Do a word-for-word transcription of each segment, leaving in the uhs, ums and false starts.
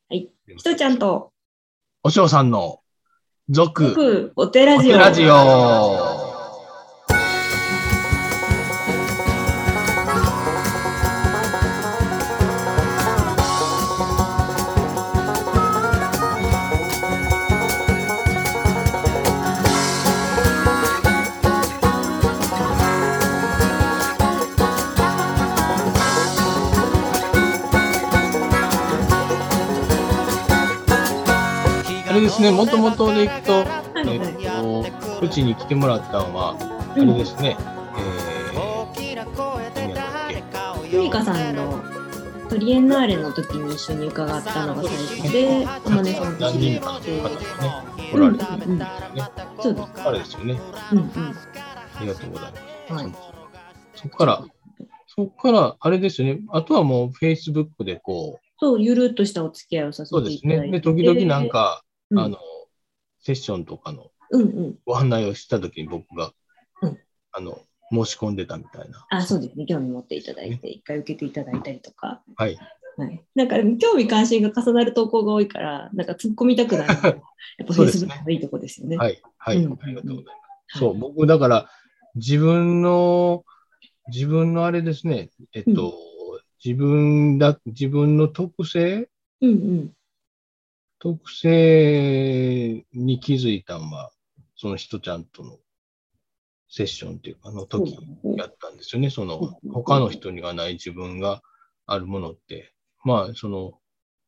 はい。ひとちゃんと、 おしょうさんの、続、 続、お手ラジオ。 お手ラジオ。あれですね、もともとでいくと、 はいえはいっと、うちに来てもらったのは、あうんれですね、えー、何やったっけ。 ゆりかさんのトリエンナーレの時に一緒に伺ったのが最初で、あまねさんと知何り人かの合って、 方がね、来うんうんられてるんうん、 ですよね。 そうです。 あれですよね。 うんうん。 ありがとうございます。 はい。 そこから、そこから、あれですよね。あとはもう、Facebook でこう、 そう、ゆるっとしたお付き合いをさせていそうですね。で、 ただいて時々なんて、 か、 うん、 あの、セッションとかのうんうん、 ご案内をしたときに僕が、 うん。 あの、申し込んでたみたいな。 あ、 そうそうですね。興味持っていただいね。 て、一回受けていただいたりとか。 はい。 はい。なんか、興味関心が重なる投稿が多いから、なんか突っ込みたくなるのも、やっぱそうです Facebook ね。 のいいとこですよね。 はい。はい。 うんうんありがとううん。 ございます。そう、 はい。 僕、だから、自分の、自分のあれですね、えっうん。 と、自分だ、自分の特性うんうん。 特性に気づいたのは、その人ちゃんとのセッションっていうか、あのほう時ほうやったんですよね。そほうの、 ほうほうほ他の人にはない自分があるものって、まあ、その、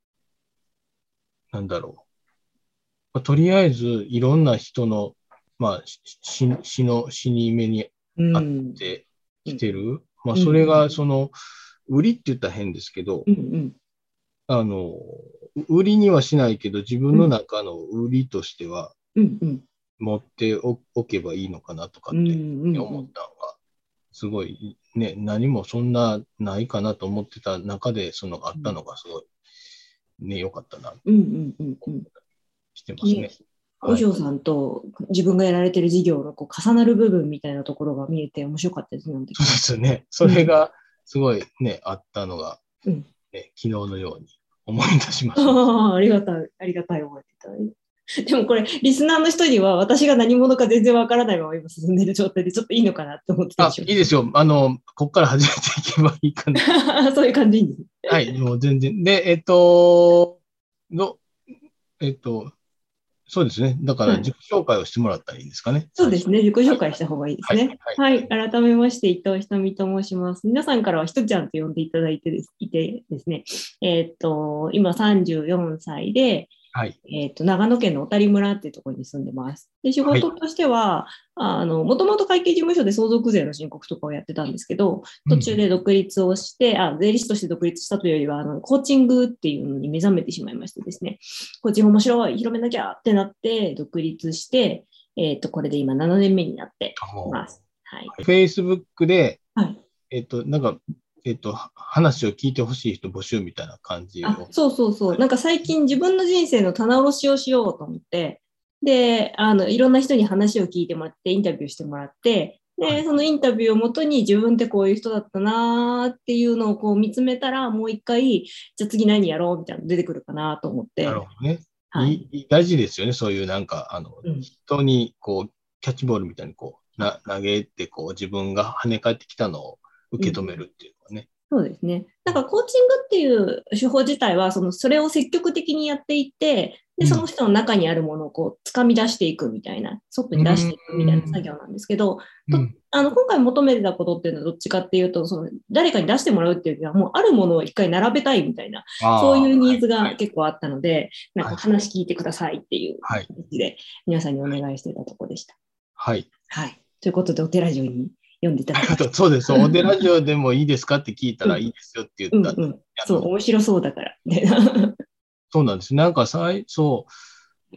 なんだろう。まあとりあえず、いろんな人の、まあ、し死死の、死に目にう。うあっん。 てきうんてる。まあ、 うん。 それが、その、売りって言ったら変ですけど、 うんうんあの、売りにはしないけど、自分のうん中の売りとしては、 うんうん持っておおけばいいのかなとかうんってうん思ったのが、すごいね、何もそんなないかなと思ってた中で、そのあったのがすごいね、良かったな、 うんうんうんうん。 してますね、 ね。はい。 お嬢さんと自分がやられてる事業のこう重なる部分みたいなところが見えて面白かったですね、あの時そうでね。 すね。そうん。 れがすごいね、あったのが、 うん。 ね、昨日のように思い出しますね。 ああ、ありがたい、ありがたい覚えていただいて。でもこれ、リスナーの人には私が何者か全然わからないまま今進んでる状態でちょっといいのかなって思ってたりあ、 します。 いいですよ。あの、こっから始めていけばいいかな。 そういう感じいいんです。 はい、もう全然。で、えっと、ど、えっと、そうですね。だからはい。 自己紹介をしてもらったらいいんですかね、最初。 そうですね。自己はい、 紹介した方がいいですはい、 ね。 はい。 はい。改めまして、伊藤ひとみと申します。皆さんからはひとちゃんと呼んでいただいてですいてですね、えーっと、今さんじゅうよんさいで、 はい。 えーっと、長野県の小谷村っていうところに住んでます。で、仕はい。 事としては、あの、もともと会計事務所で相続税の申告とかをやってたんですけど、途中うん。 で独立をして、あ、税理士として独立したというよりは、あの、コーチングっていうのに目覚めてしまいましてですね、コーチング面白い、広めなきゃってなって、独立して、えっと、これで今ななねんめになっています。はい。 Facebook で、 はい。 えっと、なんか、えっと、話を聞いてほしい人募集みたいな感じあ、 を。 そうそうそう。なんか最近自分の人生の棚卸しをしようと思って、で、あの、いろんな人に話を聞いてもらって、インタビューしてもらって、で、 はい。 そのインタビューをもとに自分ってこういう人だったなーっていうのをこう見つめたら、もう一回、じゃあ次何やろうみたいなの出てくるかなと思って、 なるほどね。 はい。 いい、大事ですよね。そういうなんか、あの、 うん。 人に、こう、キャッチボールみたいにこう、な、投げて、こう、自分が跳ね返ってきたのを受け止うん。 めるっていうのはね。 そうですね。なんかうん。 コーチングっていう手法自体は、そのそれを積極的にやっていって、で、そのうん。 人の中にあるものをこう掴み出していくみたいな、外うに出していくみたいな作ん。 業なんですけど、とうん。 あの今回求めてたことっていうのはどっちかっていうと、その誰かに出してもらうっていうよりは、もうあるものを一回並べたいみたいな、 ああ、はそういうニーい、 ズはい、 が結構あったので、なんかはい、 話聞いてくださいっていうはい、 感じで、皆さんにお願いしてたところでした。 はい。 はい。ということで、お寺中に読んでいただきましそうです。そうおでラジオでもいいですかって聞いたた。うん。 らいいですよって言ったんで、 うんうん。そう、 あの、 面白そうだから。みたいな。 そうなんです。なんか最、そう、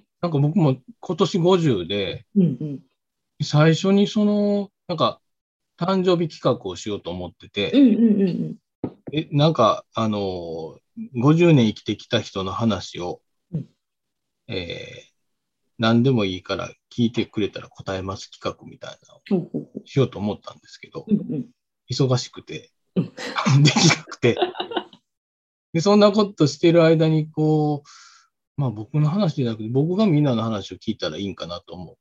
なんか僕も今年ごじゅうで、 うんうん。 最初にその、なんか、誕生日企画をしようと思ってて、 うんうんうんえ、なんか、あの、ごじゅうねん生きてきた人の話を、 うん。 えー何でもいいから聞いてくれたら答えます企画みたいなのをほうほうほう。 しようと思ったんですけど、 うんうん。 忙しくて、 うん。 できなくて、 で、そんなことしてる間に、こう、まあ僕の話じゃなくて、僕がみんなの話を聞いたらいいんかなと思って、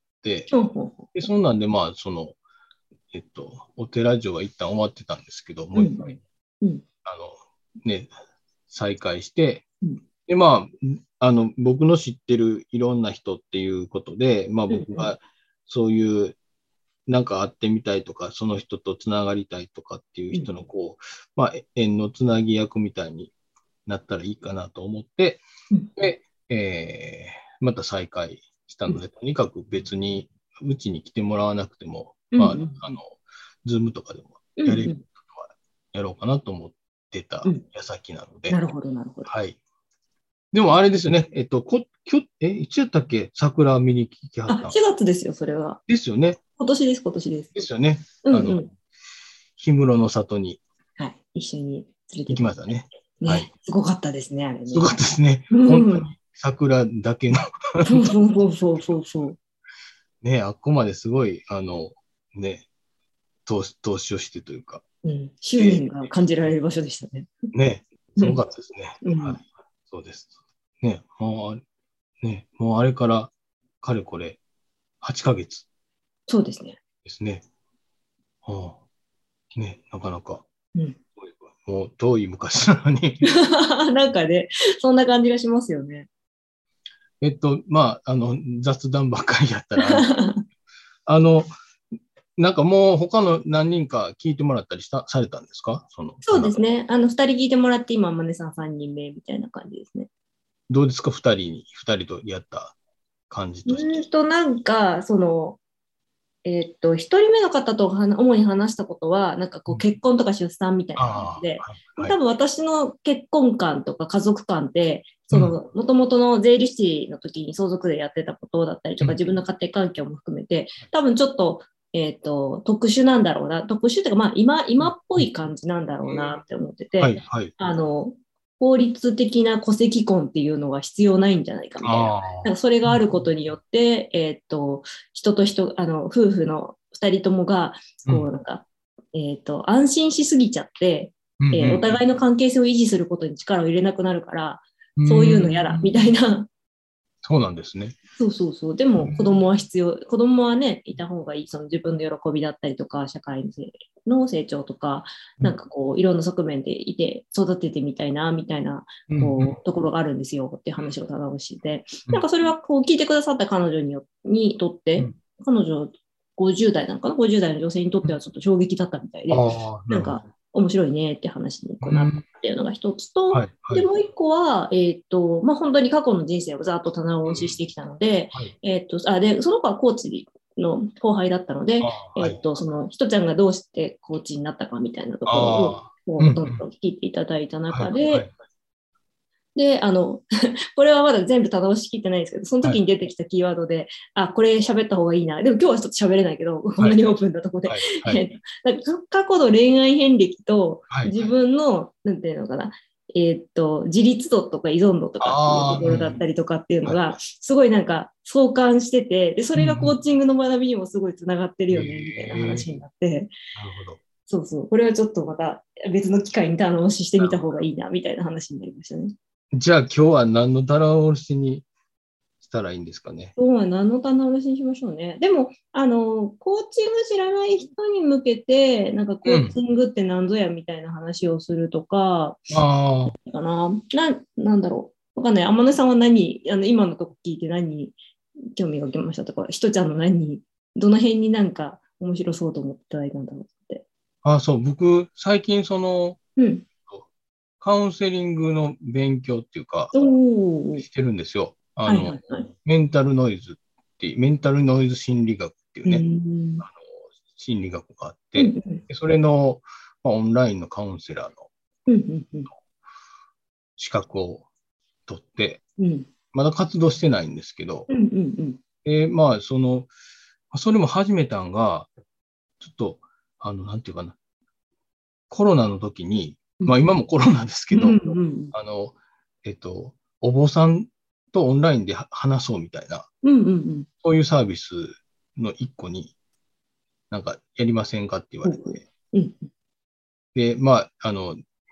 ほうほうほで、そんなんで、まあ、その、えっと、お寺城は一旦終わってたんですけど、 う。うん。 もう一回、 うん。 あの、ね、再開して、 うん。 で、まあ、あの、僕の知ってるいろんな人っていうことで、まあうん。うん。 僕がそういう、なんか会ってみたいとか、その人とつながりたいとかっていううん。 人の、こう、まあ、縁のつなぎ役みたいになったらいいかなと思って、 うん。 で、えー、また再開したうん。 ので、とにかく別に、うちに来てもらわなくても、 うん。 まあ、あの、 うん。 ズームとかでもうん。 やれるうん。 ことはやろうかなと思ってたうん。 矢先なので、 なるほど、なるほど。 はい。でもあれですよね、えっと、こ、きょ、え、いつやったっけ桜見に来きはっあ、 たんしがつですよ、それは。 ですよね。 今年です、今年です。 ですよね。あの、 うんうん。 氷室の里にはい。一緒に連れて行ってもらっきましたね。 て。 はい。 ね、すごかったですね、あれね。 すごかったですね。本当にうん。 桜だけのそうそうそうそうそうそう。 ね、あっこまですごい、あの、ね、投資、投資をしてというか、 うん。執え念が感じられる場所でしたね。 ーね、すごかうん。 ったですね。はい。 うん。 そうです。ね、もうあれ、ね、もうあれから、かれこれ、はちかげつそうですね。 ですね。はあ、ね、なかなか、 うん。 もう遠い昔なのになんかね、そんな感じがしますよね。 えっと、まあ、あの、雑談ばっかりやったらあれ、あの、なんかもう他の何人か聞いてもらったりした、されたんですかその、 そうですね。あの、二人聞いてもらって、今、マネさん三人目みたいな感じですね。 どうですか二人に、二人とやった感じうとして。 ーんと、なんか、その、えーっと、一人目の方とはな主に話したことは、なんかこううん結婚とか出産みたいな感じあで、 あ、はい、はい。 多分私の結婚観とか家族観って、 うん、 その、もともとの税理士の時に相続でやってたことだったりとか、 うん、 自分の家庭環境も含めて、多分ちょっと、えーっと、特殊なんだろうな、特殊というか、まあ今、 うん、 今っぽうん。 い感じなんだろうなって思ってて、 はい、はい。 あの、法律的な戸籍婚っていうのが必要ないんじゃないかみたいな。 ああ、 なんかそれがあうん、 ることによって、えーっと、人と人、あの、夫婦の二人ともが、 うん、 こう、なんか、えっと、安心しすぎちゃって、 うん、 えーお互いの関係性を維持することに力を入れなくなるから、 うん。 そういうのうー嫌だ、みたいん、 な。 そうなんですね。 そうそうそう。でうも、子供はん、 必要。子供はね、いた方がいい。その自分の喜びだったりとか、社会の成長とか、 うん、 なんかこう、いろんな側面でいて、育ててみたいな、みたいな、 うん、 こう、ところがあるんですよっていう話をただして、 うん、 なんかそれはこう、聞いてくださった彼女によにとって、 うん。 彼女ごじゅう代なのかな？ ごじゅう 代の女性にとってはちょっと衝撃だったみたいで、 ああ、ななんかるほど。 面白いねって話にこうなったっうん、 ていうのが一つと、 はい、はで、 い。 もう一個は、えっと、まあ、本当に過去の人生をざっと棚うん、 卸ししてきたので、 はい。 えっと、あ、で、その子はコーチの後輩だったので、 ああ、はい。 えっと、その、ひとちゃんがどうしてコーチになったかみたいなところを、 ああ、うん、 こう、どんうん。 どん聞いていただいたはい、は中で、 い、 で、あの、これはまだ全部棚押しきってないんですけど、そのはい、 時に出てきたキーワードで、あ、これ喋った方がいいな。でも今日はちょっと喋れないけど、こんはい、 なにオープンなところで。 はい、はい、 えっとなんか過去の恋愛遍歴とはい。 自分の、なんていうのかな、えっと、自立度とか依存度とかっていうとああ、 ころだったうん。 りとかっていうのはい。 が、すごいなんか相関してて、で、そうん、うれがコーん。 チングの学びにもすごいつながってるよね、みたいなええ話になって、 なるほど。 そうそう、これはちょっとまた別の機会に棚押ししてみたなるほど。 方がいいな、みたいな話になりましたね。 じゃあ今日は何の棚卸しにしたらいいんですかね。 そう、何の棚卸しにしましょうね。でも、あの、コーチング知らない人に向けて、なんかコーチうん。 ングって何ぞやみたいな話をするとか、 ああ、 かな。な、なんだろう。わかんない。天音さんは何、あの、今のとこ聞いて何に興味が受けましたとか、ひとちゃんの何に、どの辺になんか面白そうと思っていただいたんだろうって。 ああ、そう。僕、最近その、 うん。 カウンセリングの勉強っていうか、 おー。 してるんですよ。あはいの、 はいはい。 メンタルノイズっていう、メンタルノイズ心理学っていううね、 ん。 あの、心理学があっうんて、 うん。 でそれの、まあ、オンラインのカウンセラーのうんうんうん。 資格を取って、 うん。 まだ活動してないんですけど、 うんうんうん。 で、まあ、その、それも始めたんが、ちょっと、あの、なんていうかな、コロナの時に、まあうん今もコロナですけうんど、 うん。 あの、えっと、お坊さんとオンラインで話そうみたいな、 うんうんうん。 そういうサービスの一個になんかやりませんかって言わほうほう。 れて、 うんで、まあ、あの、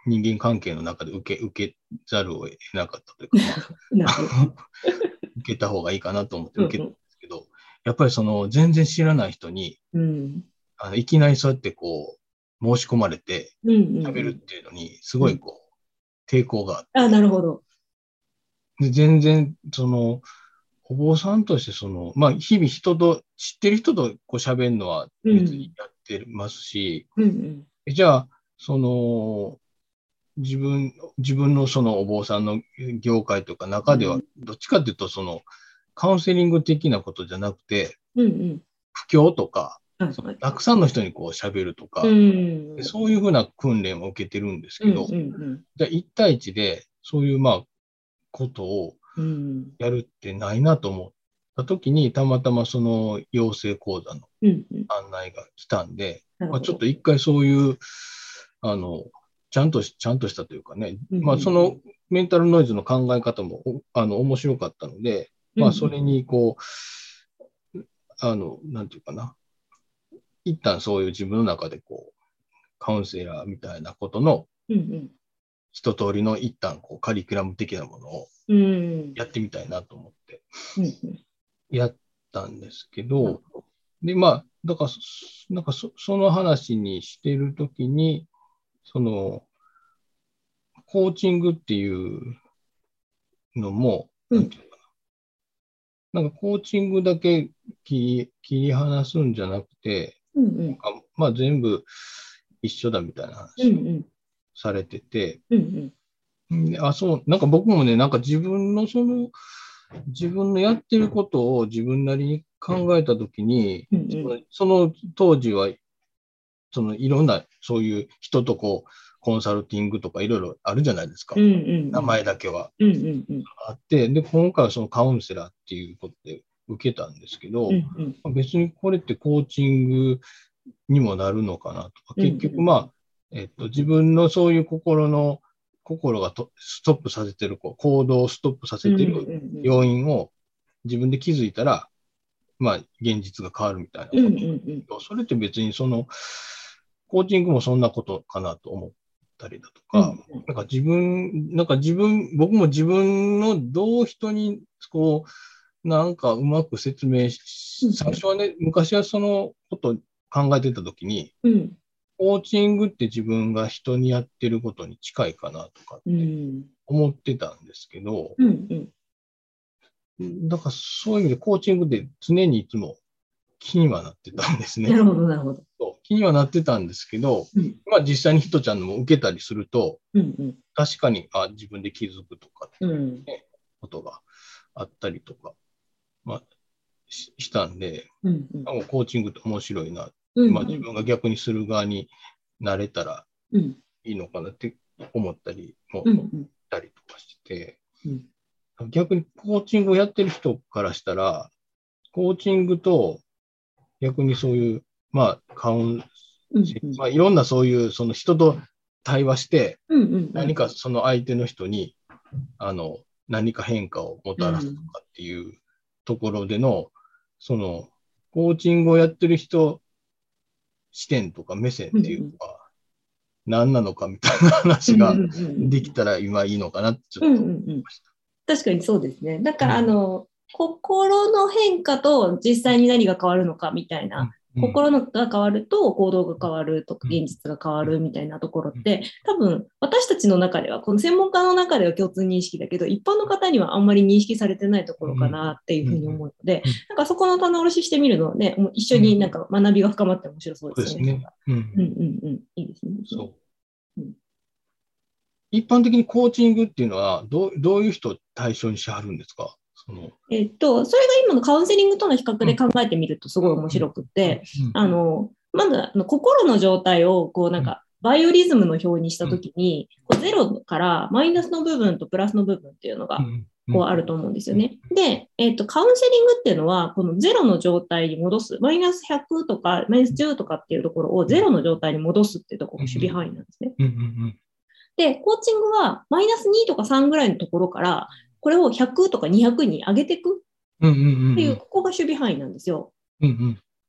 人間関係の中で受け、受けざるを得なかったというか、まあ、受けた方がいいかなと思って受けたんですけど、うんうん、やっぱりその全然知らない人に、うん、あのいきなりそうやってこう申し込まれて喋るっていうのにすごいこう抵抗があって、 うん、あ、なるほど。 で全然そのお坊さんとしてその、まあ日々人と知ってる人とこう喋るのは別にやってますし、うんうんうん、じゃあその自分、自分のそのお坊さんの業界とか中では、どっちかというと、その、カウンセリング的なことじゃなくて、うんうん、布教とか、そのたくさんの人にこう喋るとか、うんうん、そういうふうな訓練を受けてるんですけど、うんうんうん、じゃあ一対一で、そういうまあ、ことをやるってないなと思ったときに、たまたまその養成講座の案内が来たんで、うんうん、まあ、ちょっと一回そういう、あの、ちゃんとし、ちゃんとしたというかね、うんうん、まあそのメンタルノイズの考え方もあの面白かったので、うんうん、まあそれにこう、あの、なんていうかな、一旦そういう自分の中でこう、カウンセラーみたいなことの、一通りの一旦こうカリキュラム的なものをやってみたいなと思って、やったんですけど、うんうん、で、まあ、だから、なんかそ、その話にしてるときに、その、コーチングっていうのも、なんていうかな。なんかコーチングだけ切り、切り離すんじゃなくて、うんうん、まあ全部一緒だみたいな話をされてて、うんうん、であ、そう、なんか僕もね、なんか自分のその、自分のやってることを自分なりに考えたときに、うんうん、その、その当時は、そのいろんなそういう人とこう、コンサルティングとかいろいろあるじゃないですか。うんうんうん、名前だけは、うんうんうん。あって、で、今回はそのカウンセラーっていうことで受けたんですけど、うんうん、別にこれってコーチングにもなるのかなとか、結局まあ、えっと、自分のそういう心の、心がとストップさせてる、こう行動をストップさせてる要因を自分で気づいたら、まあ、現実が変わるみたいなこと。うんうんうん、それって別にその、コーチングもそんなことかなと思ったりだとか、うんうん、なんか自分、なんか自分、僕も自分のどう人に、こう、なんかうまく説明し、最初はね、昔はそのこと考えてたときに、うん、コーチングって自分が人にやってることに近いかなとかって思ってたんですけど、うんうん、だからそういう意味でコーチングって常にいつも気にはなってたんですね。 なるほど、なるほど。 気にはなってたんですけど、うん、まあ実際にひとちゃんのも受けたりすると、うんうん、確かにあ自分で気づくとかっていう、ね、うん、ことがあったりとか、まあ、し, したんで、うんうん、コーチングって面白いな、うんうん、まあ、自分が逆にする側になれたらいいのかなって思ったりもしたりとかして、うんうん、逆にコーチングをやってる人からしたら、コーチングと逆にそういう、まあ、カウン、うんうん、まあ、いろんなそういう、その人と対話して、何かその相手の人に、あの、何か変化をもたらすとかっていうところでの、その、コーチングをやってる人視点とか目線っていうか、何なのかみたいな話ができたら今いいのかなってちょっと思いました。 確かにそうですね。だから、あの、うん、心の変化と実際に何が変わるのかみたいな、うん、心のが変わると行動が変わるとか現実が変わるみたいなところって、多分私たちの中ではこの専門家の中では共通認識だけど一般の方にはあんまり認識されてないところかなっていうふうに思うので、なんかそこの棚卸ししてみるのはね、もう一緒になんか学びが深まって面白そうですね。うんうんうん、いいですね。そう。 うん、一般的にコーチングっていうのはどう、どういう人を対象にしはるんですか？そのえっと、それが今のカウンセリングとの比較で考えてみるとすごい面白くて、あの、まずあの心の状態をこうなんかバイオリズムの表にしたときに、こうゼロからマイナスの部分とプラスの部分っていうのがこうあると思うんですよね。で、えっと、カウンセリングっていうのは、このゼロの状態に戻す、マイナスひゃくとかマイナスじゅうとかっていうところをゼロの状態に戻すっていうところが守備範囲なんですね。で、コーチングはマイナスにとかさんぐらいのところから、これをひゃくとかにひゃくに上げていくっていう、ここが守備範囲なんですよ。うんうん、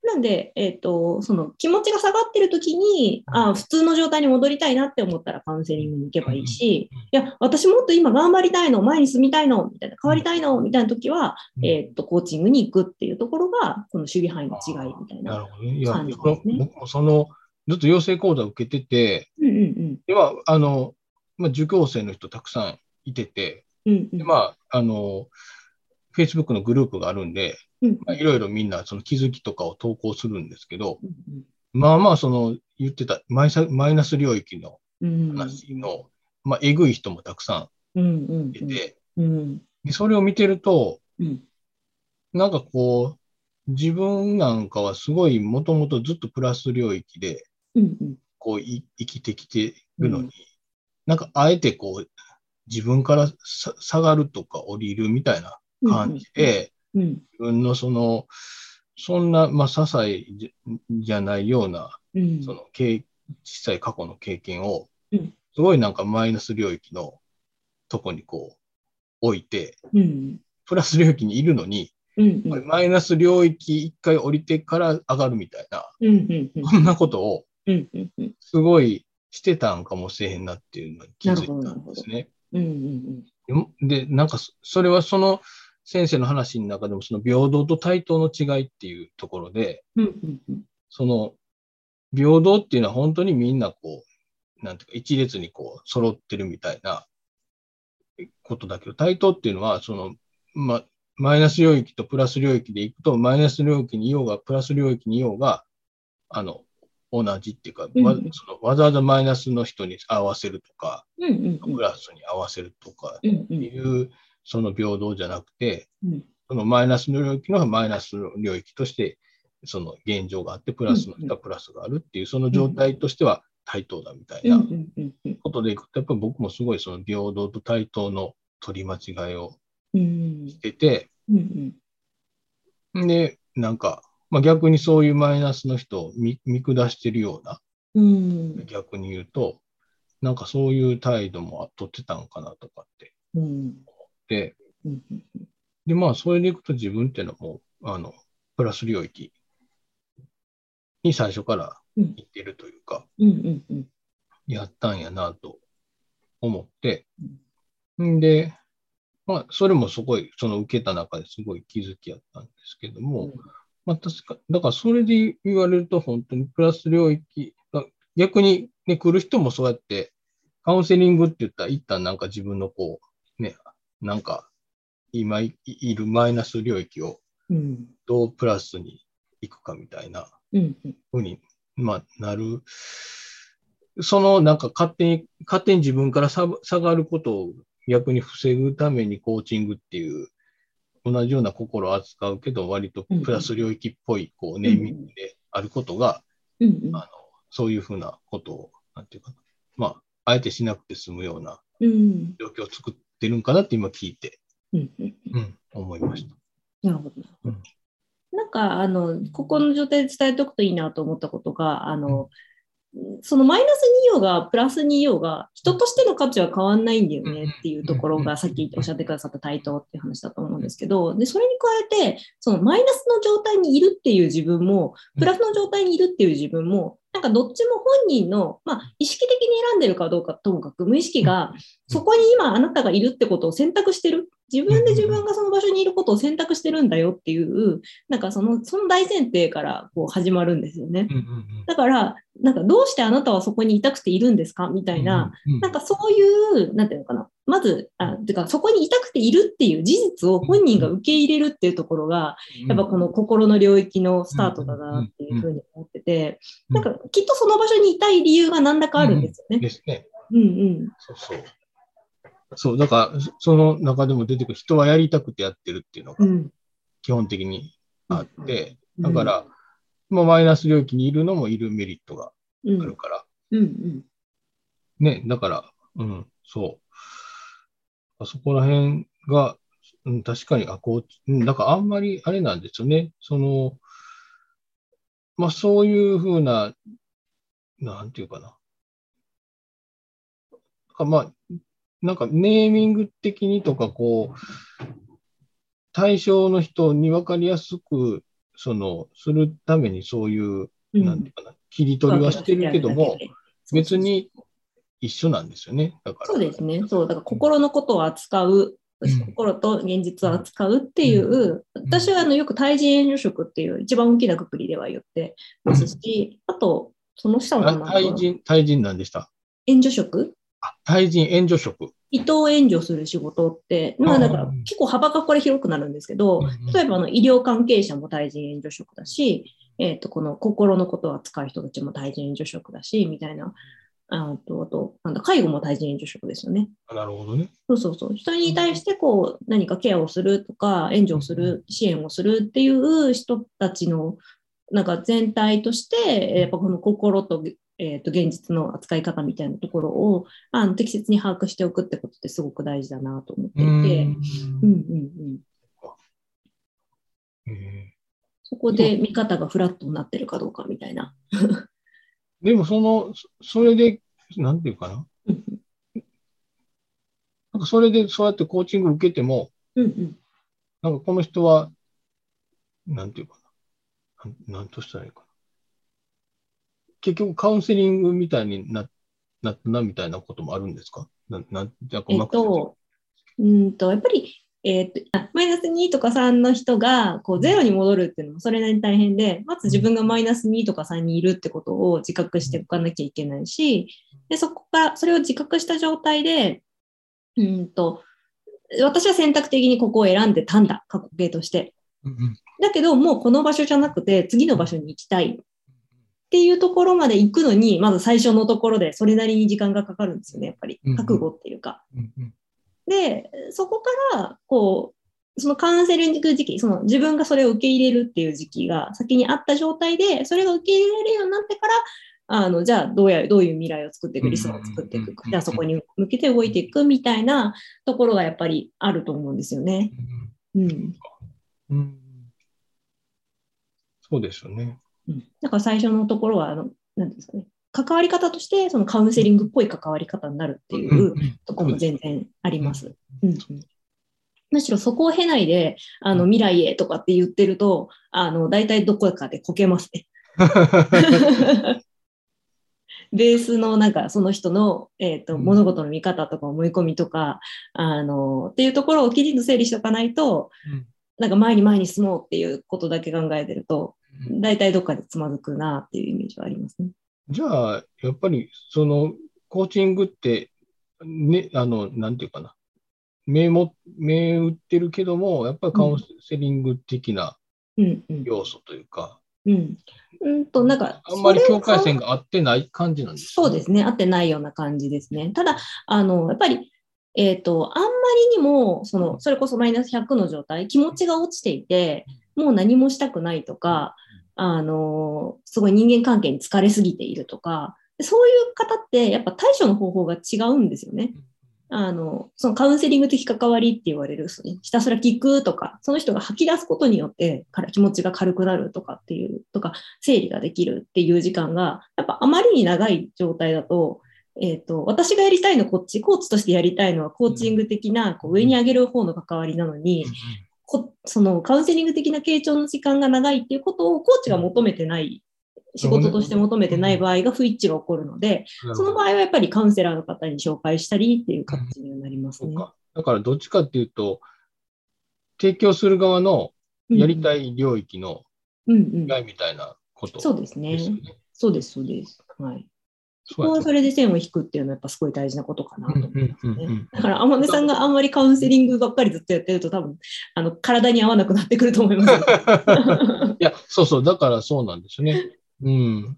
なんで、えっと、その気持ちが下がってる時に、あ普通の状態に戻りたいなって思ったらカウンセリングに行けばいいし、いや、私もっと今頑張りたいの、前に進みたいの、みたいな、変わりたいの、みたいな時は、えっと、コーチングに行くっていうところが、この守備範囲の違いみたいな感じですね。 僕もその、ずっと養成講座を受けてて、うんうんうん、では、あの、まあ、受講生の人たくさんいてて、うんうん、でまあ、あの、Facebook のグループがあるんで、まあ、いろいろみんなその気づきとかを投稿するんですけど、うんうん、まあまあその言ってたマイマイナス領域の話の、うんうん、まあえぐい人もたくさんいて、うんうんうん、でそれを見てると、うん、なんかこう、自分なんかはすごいもともとずっとプラス領域で、こう生きてきてるのに、うん、なんかあえてこう、自分から下がるとか降りるみたいな感じで、うんうんうん、自分のその、そんな、まあ、些細じゃないような、うん、その、小さい過去の経験を、すごいなんかマイナス領域のとこにこう、置いて、うん、プラス領域にいるのに、うんうん、マイナス領域一回降りてから上がるみたいな、うんうんうん、そんなことを、すごいしてたんかもしれへんなっていうのに気づいたんですね。うんうんうん、で、なんか、それはその先生の話の中でも、その平等と対等の違いっていうところで、うんうんうん、その、平等っていうのは本当にみんなこう、なんていうか、一列にこう、揃ってるみたいなことだけど、対等っていうのは、その、ま、マイナス領域とプラス領域でいくと、マイナス領域にいようが、プラス領域にいようが、あの、同じっていうか、うんうん、そのわざわざマイナスの人に合わせるとか、うんうんうん、プラスに合わせるとかっていう、うんうん、その平等じゃなくて、うん、そのマイナスの領域のマイナスの領域として、その現状があって、プラスの人はプラスがあるっていう、その状態としては対等だみたいなことでいくと、やっぱり僕もすごいその平等と対等の取り間違いをしてて、うんうん、で、なんか、まあ、逆にそういうマイナスの人を 見, 見下してるような、うん、逆に言うと、なんかそういう態度も取ってたのかなとかって思って、うん、で、まあ、それでいくと自分っていうのも、あの、プラス領域に最初から行ってるというか、やったんやなと思って、んで、まあ、それもすごい、その受けた中ですごい気づきやったんですけども、うん、まあ、確か、だからそれで言われると本当にプラス領域、逆にね、来る人もそうやって、カウンセリングって言ったら一旦なんか自分のこう、ね、なんか今いるマイナス領域をどうプラスにいくかみたいなふうに、まあ、なる。そのなんか勝手に、勝手に自分から下がることを逆に防ぐためにコーチングっていう同じような心を扱うけど割とプラス領域っぽいこうネーミングであることが、うんうん、あのそういうふうなことをなんていうかな、まああえてしなくて済むような状況を作ってるんかなって今聞いて、うんうんうん、思いました。 なるほど。うん、なんかあのここの状態で伝えておくといいなと思ったことがあの、うんそのマイナスにいようがプラスにいようが人としての価値は変わんないんだよねっていうところがさっきおっしゃってくださった対等っていう話だと思うんですけど、でそれに加えてそのマイナスの状態にいるっていう自分もプラスの状態にいるっていう自分もなんかどっちも本人の、まあ、意識的に選んでるかどうかともかく無意識がそこに今あなたがいるってことを選択してる、自分で自分がその場所にいることを選択してるんだよっていうなんかそのその大前提からこう始まるんですよね。だからなんかどうしてあなたはそこにいたくているんですかみたいな、なんかそういうなんていうのかな、まずあてかそこにいたくているっていう事実を本人が受け入れるっていうところがやっぱこの心の領域のスタートだなっていうふうに思ってて、なんかきっとその場所にいたい理由が何らかあるんですよね。ですね。うんうん。そうそう。 そう、だから、その中でも出てくる人はやりたくてやってるっていうのが基本的にあって、うんうん、だから、まあ、マイナス領域にいるのもいるメリットがあるから。うんうん、ね、だから、うん、そう。そこら辺が、うん、確かに、あ、こう、うん、だからあんまりあれなんですよね。その、まあそういうふうな、なんていうかな。まあ、なんかネーミング的にとか、こう、対象の人に分かりやすくその、するためにそういう、 うん、 なんていうかな、切り取りはしてるけども、別に一緒なんですよね。だから。 そうですね。そう、だから心のことを扱う、うん、心と現実を扱うっていう、うん、私はあのよく対人援助職っていう一番大きな括りでは言ってますし、うん、あと、その下の対人、対人なんでした援助職あ、対人援助職。 人を援助する仕事って、まあだから結構幅がこれ広くなるんですけど、例えばあの医療関係者も対人援助職だし、えっと、この心のことを扱う人たちも対人援助職だし、みたいな。あと、あと、なんだ、介護も対人援助職ですよね。 なるほどね。 そうそうそう。人に対してこう、何かケアをするとか、援助をする、支援をするっていう人たちの、なんか全体として、やっぱこの心と、えー、と現実の扱い方みたいなところをあの適切に把握しておくってことってすごく大事だなと思っていて、うんうんうんえー、そこで見方がフラットになってるかどうかみたいな。 でもその、それで、なんていうかな。なんかそれでそうやってコーチング受けても、うんうん、なんかこの人は、なんていうかな。なんとしたらいいかな。結局カウンセリングみたいにななったなみたいなこともあるんですかななじゃあえっと、うんと、やっぱり、えー、っとマイナスにとかさんの人がこうゼロに戻るっていうのもそれなりに大変で、まず自分がマイナスにとかさんにいるってことを自覚しておかなきゃいけないし、でそこからそれを自覚した状態で、うんと、私は選択的にここを選んでたんだ、過去形として。だけど、もうこの場所じゃなくて次の場所に行きたいっていうところまで行くのに、まず最初のところでそれなりに時間がかかるんですよね、やっぱり。覚悟っていうか。で、そこから、こう、そのカウンセリング時期、その自分がそれを受け入れるっていう時期が先にあった状態で、それが受け入れられるようになってから、あの、じゃあどうや、どういう未来を作っていく、理想を作っていく、じゃあそこに向けて動いていくみたいなところがやっぱりあると思うんですよね。うん。うん、 そうですよね。 うん、だから最初のところは、あの、なんですかね。関わり方として、そのカウンセリングっぽい関わり方になるっていうところも全然あります。うんうん、むしろそこを経ないで、あの、未来へとかって言ってると、あの、大体どこかでこけますね。ベースのなんかその人の、えーと、物事の見方とか思い込みとか、あの、っていうところをきちんと整理しておかないと、なんか前に前に進もうっていうことだけ考えてると、大体どっかでつまずくなっていうイメージはありますね。 じゃあ、やっぱり、その、コーチングって、ね、あの、なんていうかな。目も、目打ってるけども、やっぱりカウンセリング的な要素というか。 うん。うん、うんと、なんか、 あんまり境界線が合ってない感じなんですか、そうですね。合ってないような感じですね。ただ、あの、やっぱり、えっと、あんまりにも、その、それこそマイナスひゃくの状態、気持ちが落ちていて、もう何もしたくないとか、あの、すごい人間関係に疲れすぎているとか、そういう方って、やっぱ対処の方法が違うんですよね。あの、そのカウンセリング的関わりって言われる、ひたすら聞くとか、その人が吐き出すことによってから気持ちが軽くなるとかっていう、とか、整理ができるっていう時間が、やっぱあまりに長い状態だと、えっと、私がやりたいのこっち、コーチとしてやりたいのはコーチング的な、こう上に上げる方の関わりなのに、こそのカウンセリング的な傾聴の時間が長いっていうことをコーチが求めてない仕事として求めてない場合が不一致が起こるので、その場合はやっぱりカウンセラーの方に紹介したりっていう形になりますね。 うん、そうか。だからどっちかっていうと、提供する側のやりたい領域の害みたいなことですよね。 そうですね。そうです、そうです。はい。そこはそれで線を引くっていうのはやっぱすごい大事なことかなと思いますね。だから、天音さんがあんまりカウンセリングばっかりずっとやってると多分、あの、体に合わなくなってくると思います。 いや、そうそう、だからそうなんですね。うん。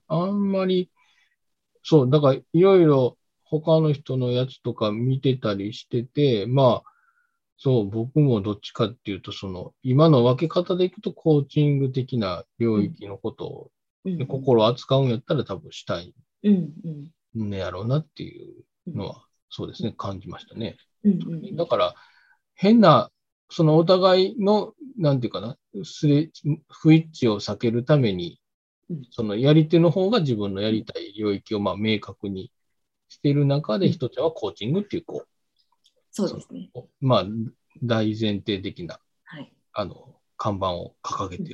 あんまり、そう、だからいろいろ他の人のやつとか見てたりしてて、まあ、そう、僕もどっちかっていうと、その、今の分け方でいくと、コーチング的な領域のことを、うん、心を扱うんやったら多分したいんやろうなっていうのは、そうですね、感じましたね。うんうん、だから、変な、そのお互いの、なんていうかな、すれ、不一致を避けるために、そのやり手の方が自分のやりたい領域をまあ明確にしている中で、一つはコーチングっていう、こう、 そうですね。 まあ、大前提的な、はい、あの、看板を掲げてるみたい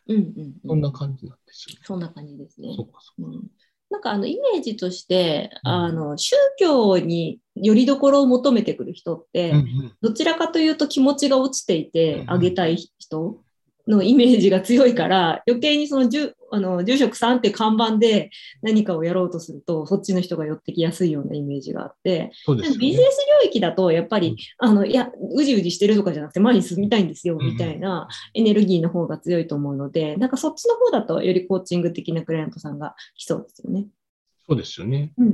うんうんうん、 そんな感じなんですよね。 そんな感じですね。 そうかそうか。 うん、なんかあのイメージとして、うん、あの宗教によりどころを求めてくる人って、うんうん、どちらかというと気持ちが落ちていてあげたい人のイメージが強いから、余計にその住あの住職さんって看板で何かをやろうとするとそっちの人が寄ってきやすいようなイメージがあって、そうですよね、ビジネス領域だとやっぱり、うん、あのいやうじうじしてるとかじゃなくて前に進みたいんですよみたいなエネルギーの方が強いと思うので、なんかそっちの方だとよりコーチング的なクライアントさんが来そうですよね。 そうですよね。 うんうんうん、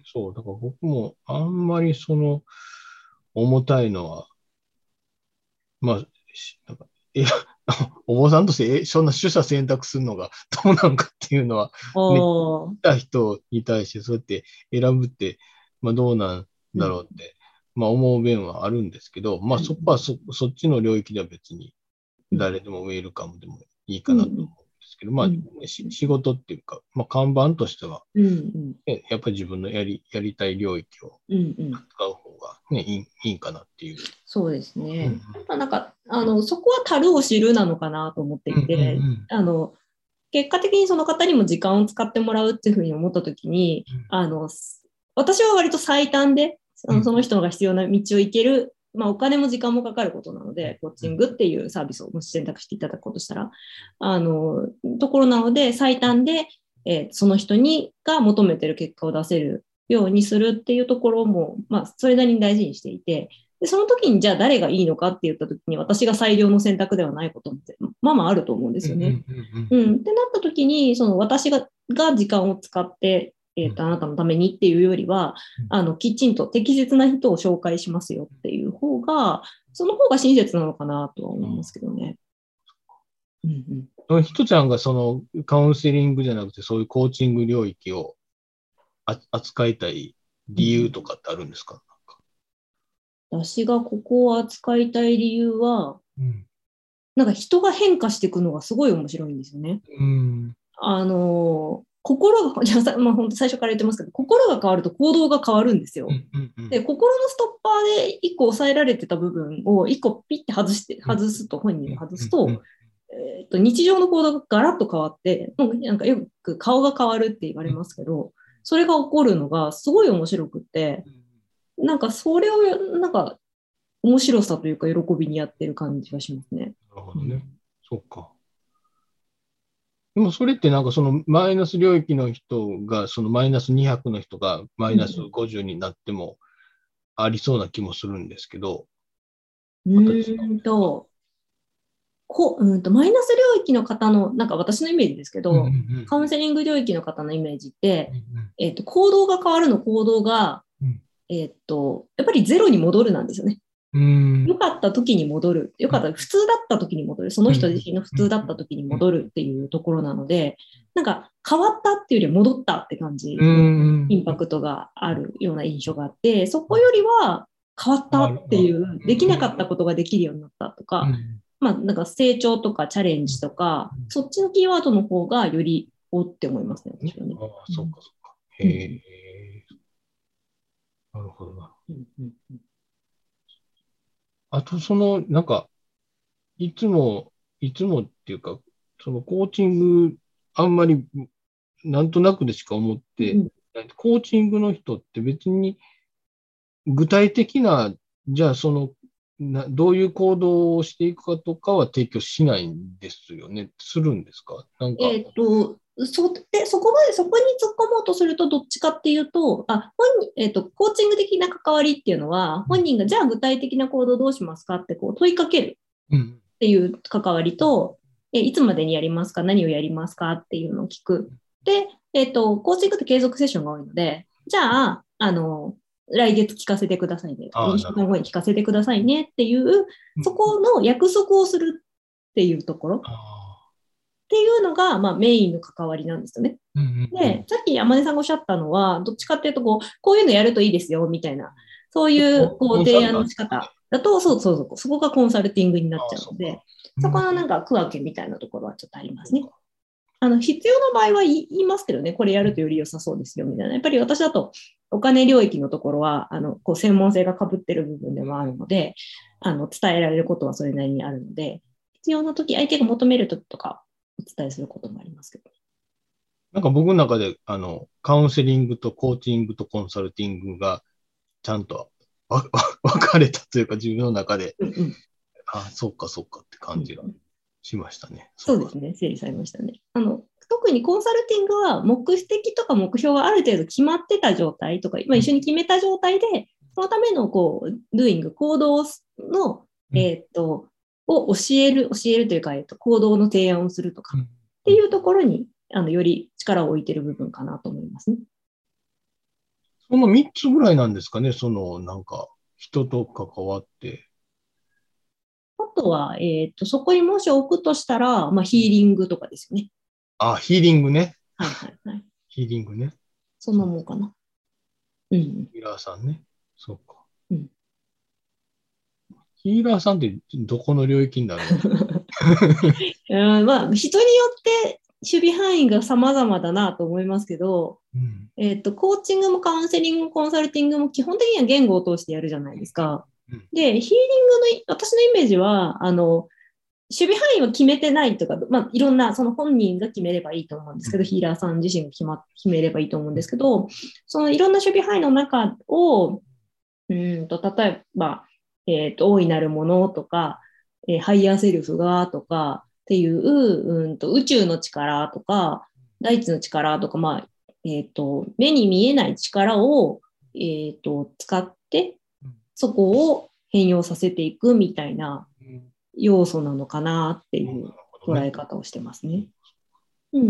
そう、だから僕もあんまりその重たいのは、まあ、なんかえお坊さんとしてそんな取捨選択するのがどうなのかっていうのは、ね、来た人に対してそうやって選ぶって、まあ、どうなんだろうって、うん、まあ、思う面はあるんですけど、まあ、そこは そ, そっちの領域では別に誰でもウェルカムでもいいかなと思うんですけど、まあ、仕事っていうか、まあ、看板としては、うんうん、やっぱり自分のやりやりたい領域を使う方が、ね、いい、いいかなっていう。 そうですね。うん、なんかあのそこは足るを知るなのかなと思っていて、うんうんうん、あの結果的にその方にも時間を使ってもらうっていうふうに思ったときに、うん、あの私は割と最短であのその人が必要な道を行ける、まあ、お金も時間もかかることなので、コーチングっていうサービスをもし選択していただくことしたら、あのところなので最短で、えー、その人にが求めてる結果を出せるようにするっていうところも、まあ、それなりに大事にしていて、でその時にじゃあ誰がいいのかって言った時に私が最良の選択ではないことってまあまああると思うんですよね。うん、ってなった時にその私がが時間を使って、えーと、あなたのためにっていうよりは、あのきちんと適切な人を紹介しますよっていう方がその方が親切なのかなとは思いますけどね。 うんうん、ひとちゃんがそのカウンセリングじゃなくてそういうコーチング領域を扱いたい理由とかってあるんですか？うん私がここを扱いたい理由は、うん、なんか人が変化していくのがすごい面白いんですよね。うん、あの心が、じゃあ、まあ、本当最初から言ってますけど、心が変わると行動が変わるんですよ。うんうんうん、で、心のストッパーで一個抑えられてた部分を一個ピッて外して、外すと、本人が外すと、うんうんうん、えーと、日常の行動がガラッと変わって、なんかよく顔が変わるって言われますけど、それが起こるのがすごい面白くって、なんかそれをなんか面白さというか喜びにやってる感じがしますね。 なるほどね。うん、そうか。でもそれってなんかそのマイナス領域の人が、そのマイナスにひゃくの人がマイナスごじゅうになってもありそうな気もするんですけど。 うーんと、こうんとマイナス領域の方の、なんか私のイメージですけど、うんうんうん、カウンセリング領域の方のイメージって、うんうん、えーと、行動が変わるの行動が、うん、えーと、やっぱりゼロに戻るなんですよね。良かった時に戻る。良かった、普通だった時に戻る。その人自身の普通だった時に戻るっていうところなので、なんか変わったっていうより戻ったって感じのインパクトがあるような印象があって、そこよりは変わったっていう、できなかったことができるようになったとか、まあなんか成長とかチャレンジとか、そっちのキーワードの方がよりおって思いますね、私はね。 ああ、そうかそうか。へえ、うん。なるほどな。うんうんうん、あと、その、なんか、いつも、いつもっていうか、そのコーチング、あんまり、なんとなくでしか思って、うん、コーチングの人って別に、具体的な、じゃあ、その、などういう行動をしていくかとかは提供しないんですよね。するんですか？なんか。 えっと、そでそこまでそこに突っ込もうとするとどっちかっていうと、あ本人えっと、コーチング的な関わりっていうのは、本人がじゃあ具体的な行動どうしますかってこう問いかけるっていう関わりと、うん、えいつまでにやりますか、何をやりますかっていうのを聞く。で、えっと、コーチングって継続セッションが多いので、じゃあ、あの、来月聞かせてくださいねとか、にしゅうかんごに聞かせてくださいねっていう、そこの約束をするっていうところ。っていうのが、まあ、メインの関わりなんですよね。うんうんうん、で、さっき山根さんがおっしゃったのは、どっちかっていうとこう、こういうのやるといいですよ、みたいな、そういうこう提案の仕方だと、そうそうそう、そこがコンサルティングになっちゃうので、そ, そこのなんか区分けみたいなところはちょっとありますね。あの必要な場合は言いますけどね、これやるとより良さそうですよ、みたいな。やっぱり私だと、お金領域のところは、あのこう専門性が被ってる部分でもあるので、あの伝えられることはそれなりにあるので、必要なとき、相手が求めるときとか、 お伝えすることもありますけど。 なんか僕の中で、あの、カウンセリングとコーチングとコンサルティングがちゃんとわ分かれたというか、自分の中で、 うんうん、 ああ、そうかそうかって感じがしましたね。 そうですね、整理されましたね。あの特にコンサルティングは目的とか目標がある程度決まってた状態とか、今一緒に決めた状態で、そのためのこう、doing、行動の、えー、とを教える、教えるというか、えー、と行動の提案をするとかっていうところに、あのより力を置いている部分かなと思いますね。 そのみっつぐらいなんですかね、そのなんか人と関わって。 あとは、えー、とそこにもし置くとしたら、まあ、ヒーリングとかですよね。 あ、ヒーリングね。 はいはいはい。 ヒーリングね。 そんなもんかな。うん。 ヒーラーさんね。そうか。 うん、 ヒーラーさんってどこの領域になるのうん、まあ、人によって守備範囲が様々だなと思いますけど、うん、えっと、コーチングもカウンセリングもコンサルティングも基本的には言語を通してやるじゃないですか。うん、で、ヒーリングの、私のイメージは、あの、守備範囲は決めてないとか、まあ、いろんな、その本人が決めればいいと思うんですけど、ヒーラーさん自身が決、ま、決めればいいと思うんですけど、そのいろんな守備範囲の中を、うんと、例えば、えっと、大いなるものとか、えー、ハイヤーセルフがとかっていう、うんと、宇宙の力とか、大地の力とか、まあ、えっと、目に見えない力を、えっと、使って、そこを変容させていくみたいな要素なのかなっていう捉え方をしてますね。うんうん。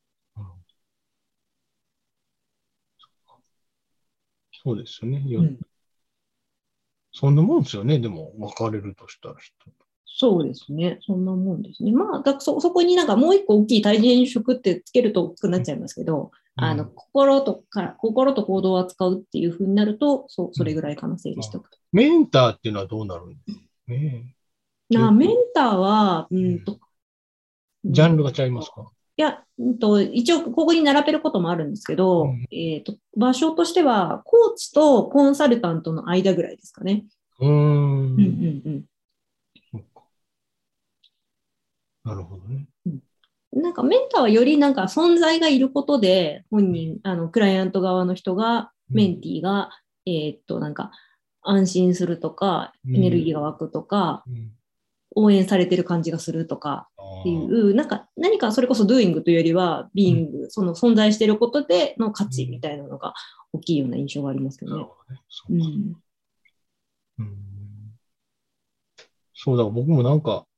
そうですよね。うん、そんなもんですよね。でも、分かれるとしたら人。 そうですね。そんなもんですね。まあ、だそ、そこになんかもう一個大きい対人職ってつけると大きくなっちゃいますけど、うん、あの、心とか、心と行動を扱うっていうふうになると、そう、それぐらいかな、整理しておくと。 メンターっていうのはどうなるんですかね。 なメンターは、うんと、 ジャンルが違いますか？ いや、うんと、一応、ここに並べることもあるんですけど、うん、えっと、場所としては、コーチとコンサルタントの間ぐらいですかね。うーん。うんうんうん。 なるほどね。 うん、なんかメンターはよりなんか存在がいることで、本人、あの、クライアント側の人が、メンティーが、うん、えー、っと、なんか、安心するとか、エネルギーが湧くとか、うん、応援されてる感じがするとかっていう、なんか何かそれこそ doing というよりは being、うん、その存在していることでの価値みたいなのが大きいような印象がありますけどね。うん、 うん、そうだ、僕もなんか、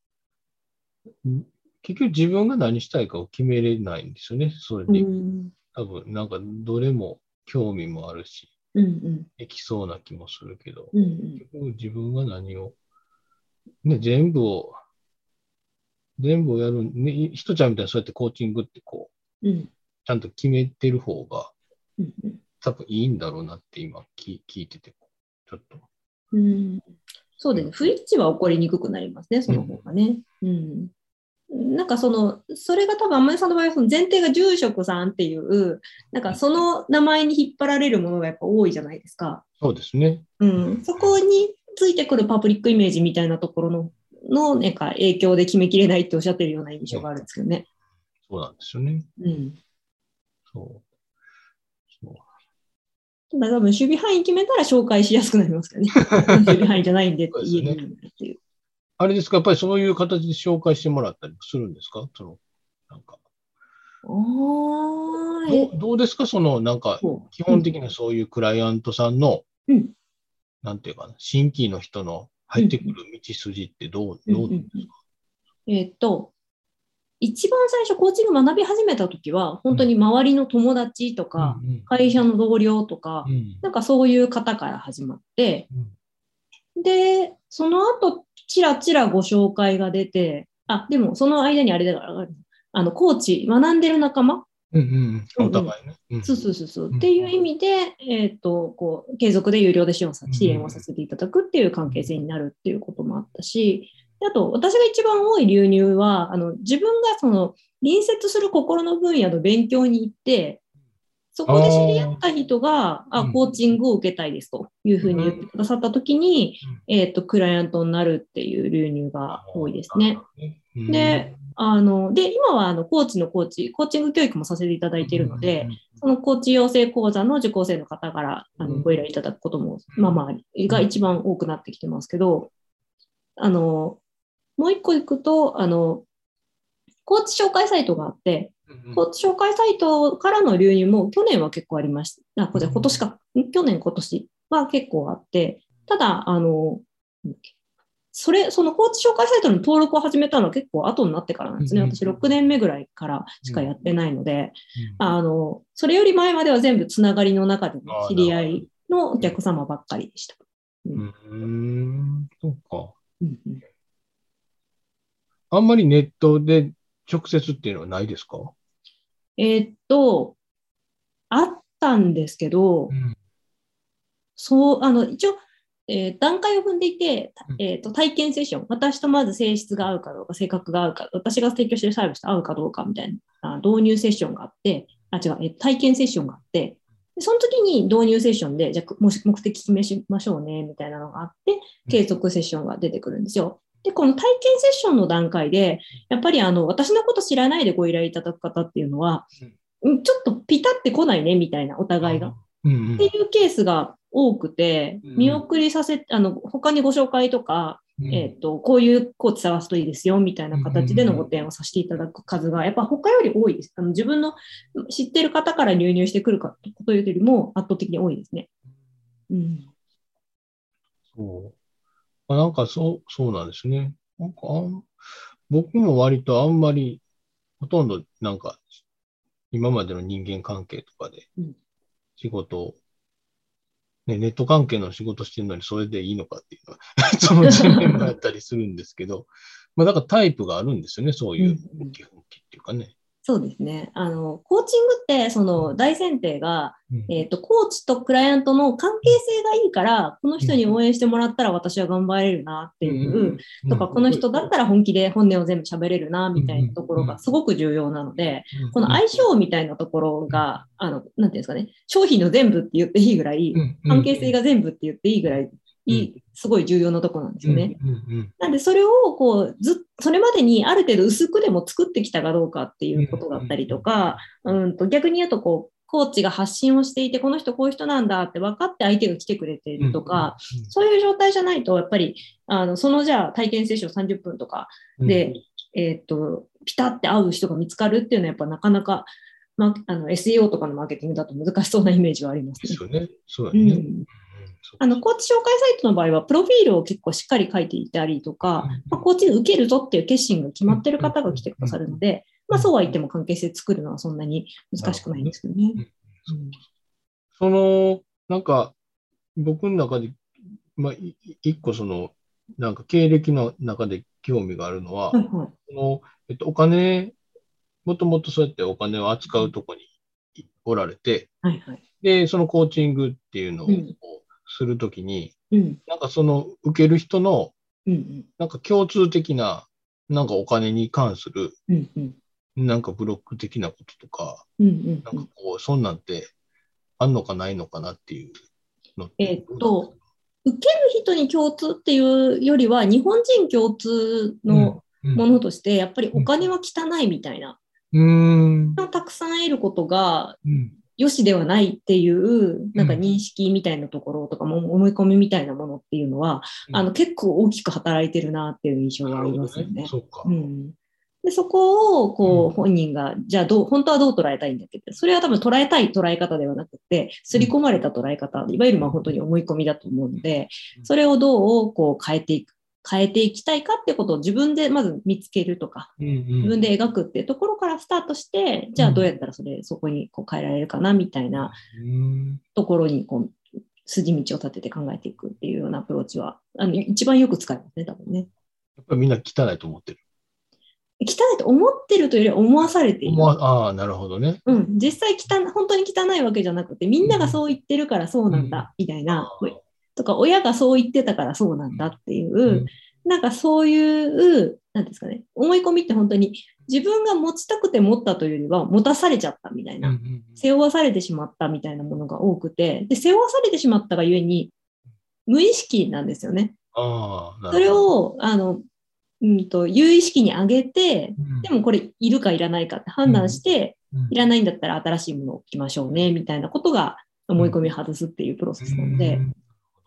結局自分が何したいかを決めれないんですよね、それで。うん、多分、なんかどれも興味もあるし、うんうん、できそうな気もするけど、うんうん、結局自分が何を、ね、全部を、全部をやる、ね、ひとちゃんみたいにそうやってコーチングってこう、うん、ちゃんと決めてる方が、うんうん、多分いいんだろうなって今聞いてて、ちょっと。 うん、そうですね。不一致は起こりにくくなりますね、その方がね。うん、うん、なんかその、それが多分、あんまりさんの場合はその前提が住職さんっていう、なんかその名前に引っ張られるものがやっぱ多いじゃないですか。 そうですね。 うん。そこについてくるパブリックイメージみたいなところの、のなんか影響で決めきれないっておっしゃってるような印象があるんですけどね。 そうなんですよね。 うん。 そう。そう。 ただ多分守備範囲決めたら紹介しやすくなりますからね。守備範囲じゃないんでって言えるようになるっていう。 あれですか、やっぱりそういう形で紹介してもらったりするんですか？その、なんか。 あどう、どうですか？その、なんか、基本的にそういうクライアントさんの、うん、なんていうかな、新規の人の入ってくる道筋ってどう、うん、どうなんですか？ えー、っと、一番最初コーチング学び始めたときは、本当に周りの友達とか、うん、会社の同僚とか、うん、なんかそういう方から始まって、うん、で、その後、ちらちらご紹介が出て、あ、でもその間にあれだから、あの、コーチ、学んでる仲間、 うんうん、お互いね。 うんうん、そうそうそうそう、うん、っていう意味で、えっと、こう、継続で有料で支援をさ支援をさせていただくっていう関係性になるっていうこともあったし、あと、私が一番多い流入は、あの、自分がその、隣接する心の分野の勉強に行って、そこで知り合った人が、あ、コーチングを受けたいですというふうに言ってくださったときに、えっと、クライアントになるっていう流入が多いですね。で、 あの、で、今はあのコーチのコーチ、コーチング教育もさせていただいているので、そのコーチ養成講座の受講生の方からあのご依頼いただくことも、まあまあ、が一番多くなってきてますけど、あの、もう一個行くと、あの、コーチ紹介サイトがあって、コーチ紹介サイトからの流入も去年は結構ありました。あ、これ今年か。去年、今年は結構あって、ただ、あの、それ、そのコーチ紹介サイトの登録を始めたのは結構後になってからなんですね。私ろくねんめぐらいからしかやってないので、あの、それより前までは全部つながりの中での知り合いのお客様ばっかりでした。 うん、うん、そうか。 うんうん、 あんまりネットで直接っていうのはないですか？ えー、っと、あったんですけど、うん、そう、あの、一応、えー、段階を踏んでいて、えーと、体験セッション、私とまず性質が合うかどうか、性格が合うか、私が提供しているサービスと合うかどうかみたいな導入セッションがあって、あ、違う、えー、体験セッションがあって、でその時に導入セッションで、じゃあ目的決めましょうね、みたいなのがあって、継続セッションが出てくるんですよ。で、この体験セッションの段階で、やっぱりあの、私のこと知らないでご依頼いただく方っていうのは、ちょっとピタってこないね、みたいな、お互いが。うんうん、っていうケースが多くて、見送りさせ、あの、他にご紹介とか、うん、えっと、こういうコーチ探すといいですよ、みたいな形でのご提案をさせていただく数が、やっぱ他より多いです。あの自分の知ってる方から流入してくることよりも圧倒的に多いですね。うん。 そう。なんかそう、そうなんですね。なんか、僕も割とあんまり、ほとんどなんか、今までの人間関係とかで、仕事を、ね、ネット関係の仕事してるのにそれでいいのかっていうのは、その一面もあったりするんですけど、まあだからタイプがあるんですよね、そういう基本気っていうかね。 そうですね。あの、コーチングって、その大前提が、うん、えっと、コーチとクライアントの関係性がいいから、この人に応援してもらったら私は頑張れるなっていう、とか、この人だったら本気で本音を全部喋れるな、みたいなところがすごく重要なので、この相性みたいなところが、あの、なんていうんですかね、商品の全部って言っていいぐらい、関係性が全部って言っていいぐらい、すごい重要なところなんですよね。なんで、それを、こう、ずそれまでにある程度薄くでも作ってきたかどうかっていうことだったりとか、うんと逆に言うと、こう、コーチが発信をしていて、この人こういう人なんだって分かって相手が来てくれているとか、そういう状態じゃないと、やっぱり、あの、そのじゃあ体験セッションさんじゅっぷんとかで、えっと、ピタって合う人が見つかるっていうのは、やっぱなかなか、まあ、あの エスイーオー とかのマーケティングだと難しそうなイメージはありますね。 ですよね。そうだね。うんあの、コーチ紹介サイトの場合は、プロフィールを結構しっかり書いていたりとか、まあ、コーチング受けるぞっていう決心が決まっている方が来てくださるので、まあ、そうは言っても関係性作るのはそんなに難しくないんですけどね。 うん、その、なんか、僕の中で、まあ、一個その、なんか経歴の中で興味があるのは、はいはい、そのえっと、お金、もともとそうやってお金を扱うとこにおられて、 はいはい、 で、そのコーチングっていうのをするときに、うん、なんかその受ける人の、なんか共通的な、なんかお金に関する、うんうん、なんかブロック的なこととか、うんうんうん、なんかこう、そんなんってあんのかないのかなっていうのって。 えっと、受ける人に共通っていうよりは、日本人共通のものとして、やっぱりお金は汚いみたいな。うん、たくさん得ることが、よしではないっていう、なんか認識みたいなところとかも、思い込みみたいなものっていうのは、うん、あの結構大きく働いてるなっていう印象はありますよね。 ね、そうか。 うん、でそこをこう本人が、じゃあどう、本当はどう捉えたいんだっけって、それは多分捉えたい捉え方ではなくて、刷り込まれた捉え方、いわゆるまあ本当に思い込みだと思うので、それをどうこう変えていく。変えていきたいかってことを自分でまず見つけるとか、うんうん、自分で描くっていうところからスタートして、じゃあどうやったらそれ、そこにこう変えられるかなみたいなところにこう筋道を立てて考えていくっていうようなアプローチは、あの一番よく使いますね、多分ね。 やっぱりみんな汚いと思ってる。 汚いと思ってるというより思わされている。 ああ、なるほどね。 うん、実際汚い、本当に汚いわけじゃなくて、みんながそう言ってるからそうなんだ、みたいな、うん、とか、親がそう言ってたからそうなんだっていう、うん、なんかそういう、なんですかね、思い込みって本当に自分が持ちたくて持ったというよりは、持たされちゃったみたいな、うんうん、背負わされてしまったみたいなものが多くて、で、背負わされてしまったがゆえに、無意識なんですよね。 あ、 それを、あの、 うんと、有意識に上げて、 うん、 でもこれいるかいらないかって判断して、 うん、 いらないんだったら新しいものを置きましょうね、みたいなことが思い込みを外すっていうプロセスなので、 うん、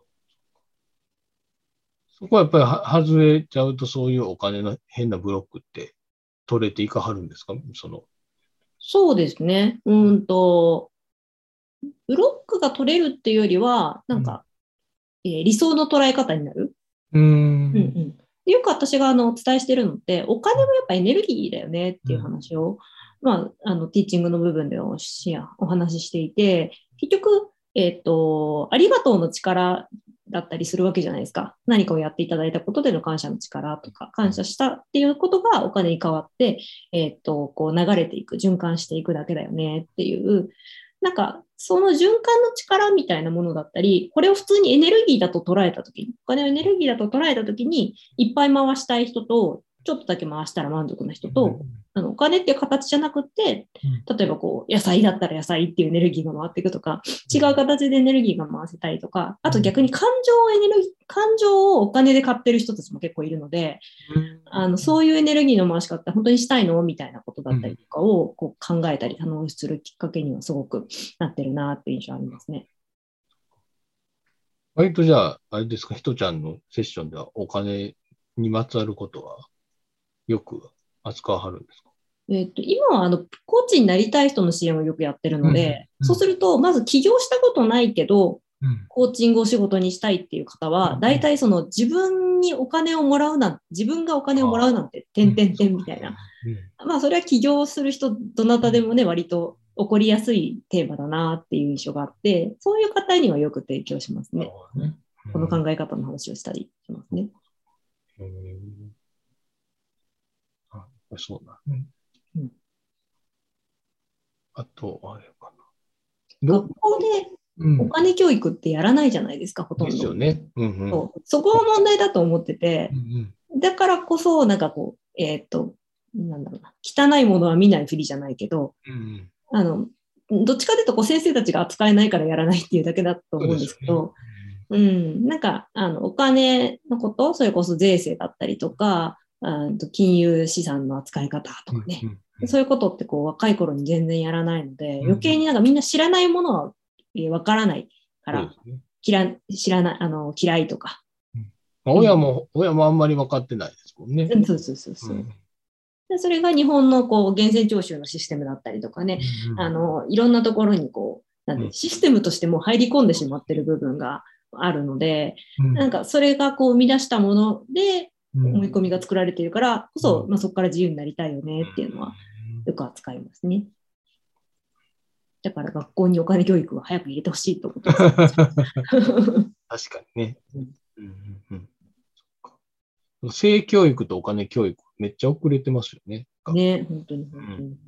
そこはやっぱりは外れちゃうと、そういうお金の変なブロックって取れていかはるんですか、その。 そうですね。うんと、ブロックが取れるっていうよりは、なんか、えー理想の捉え方になる。 うん。 うんうん。でよく私があのお伝えしてるのって、お金もやっぱエネルギーだよねっていう話を、まあ、あのティーチングの部分でおしお話ししていて、結局、えっと、ありがとうの力だったりするわけじゃないですか。何かをやっていただいたことでの感謝の力とか、感謝したっていうことがお金に変わって、えっと、こう流れていく、循環していくだけだよねっていう、なんか、その循環の力みたいなものだったり、これを普通にエネルギーだと捉えたときに、お金をエネルギーだと捉えたときに、いっぱい回したい人と、ちょっとだけ回したら満足な人と、あのお金っていう形じゃなくて、例えばこう、野菜だったら野菜っていうエネルギーが回っていくとか、違う形でエネルギーが回せたりとか、あと逆に感情をエネルギー、感情をお金で買ってる人たちも結構いるので、あのそういうエネルギーの回し方って本当にしたいのみたいなことだったりとかをこう考えたり、話するきっかけにはすごくなってるなっていう印象ありますね。 割とじゃあ、あれですか、ひとちゃんのセッションではお金にまつわることはよく扱わはるんですか？ えっと、今はあのコーチになりたい人の支援をよくやってるので、 うん、 そうすると、まず起業したことないけど、 うん、 コーチングを仕事にしたいっていう方は、大体その自分にお金をもらうなんて、自分がお金をもらうなんて、てんてんてんみたいな。まあ、それは起業する人、どなたでもね、割と起こりやすいテーマだなっていう印象があって、そういう方にはよく提供しますね。 ね、 この考え方の話をしたりしますね。 うん、あ、そうだね。うん、あと、あれかな。学校でお金教育ってやらないじゃないですか、うん、ほとんど。 ですよね。うんうん、 そう。そこが問題だと思ってて、うんうん、だからこそ、なんかこう、えっと、なんだろうな、汚いものは見ないふりじゃないけど、うんうん、あの、どっちかというとこう先生たちが扱えないからやらないっていうだけだと思うんですけど、う、ね、うん、なんかあのお金のこと、それこそ税制だったりとか、あと金融資産の扱い方とかね、うんうんうん、そういうことってこう若い頃に全然やらないので、余計になんかみんな知らないものはわからないから、ね、嫌知らないあの嫌いとか。 まあ、親も、うん、親もあんまり分かってないですもんね。 そうそうそうそう。うんでそれが日本のこう源泉徴収のシステムだったりとかね、うんうん、あのいろんなところにこうなんでシステムとしても入り込んでしまっている部分があるので、うん、なんかそれがこう生み出したもので思い込みが作られているからこそ、うんまあ、そこから自由になりたいよねっていうのはよく扱いますね。だから学校にお金教育は早く入れてほしいと思ってます。確かにね。うんうんうん、性教育とお金教育めっちゃ遅れてますよね。 ね、本当に本当に。うん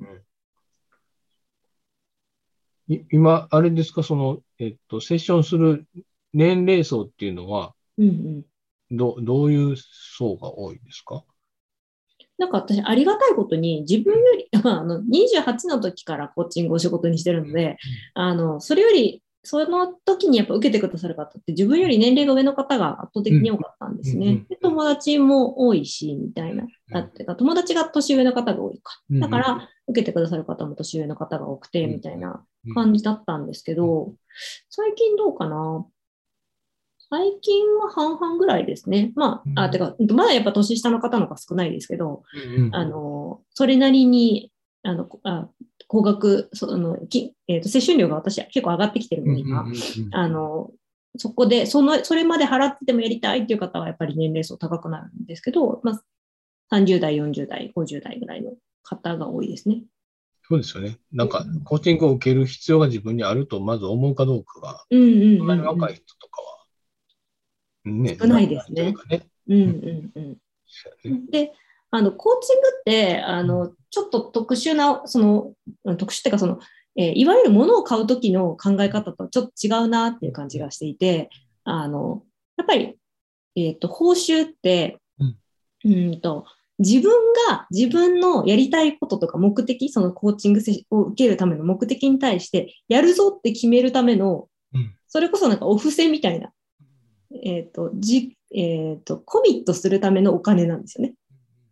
うん、今、あれですか、その、えっと、セッションする年齢層っていうのは、うんうん、ど, どういう層が多いですか？ なんか私、ありがたいことに、自分より、まあ、あのにじゅうはちの時からコーチングを仕事にしてるので、うん、あのそれより、その時にやっぱ受けてくださる方って、自分より年齢が上の方が圧倒的に多かったんですね。うん、で友達も多いし、みたいな。だってか友達が年上の方が多いか。だから、受けてくださる方も年上の方が多くて、みたいな感じだったんですけど、最近どうかな。最近は半々ぐらいですね。まあ、あ、てか、まだやっぱ年下の方の方が少ないですけど、うんうん、あの、それなりに、あの、あ高額、その、きえーと、接種料が私結構上がってきてるので、今、あの、そこで、その、それまで払っててもやりたいっていう方はやっぱり年齢層高くなるんですけど、まあ、さんじゅう代、よんじゅう代、ごじゅう代ぐらいの方が多いですね。 そうですよね。なんか、コーチングを受ける必要が自分にあると、まず思うかどうかが、 うんうんうんうん、 そんなに若い人とかは、 ね、少ないですね。ねうんうんうん。で、あの、コーチングって、あの、ちょっと特殊な、その、特殊っていうか、その、えー、いわゆる物を買うときの考え方とちょっと違うなっていう感じがしていて、あの、やっぱり、えっと、報酬って、うん、うんと、自分が自分のやりたいこととか目的、そのコーチングを受けるための目的に対して、やるぞって決めるための、それこそなんかお布施みたいな、えっと、じ、えっと、コミットするためのお金なんですよね。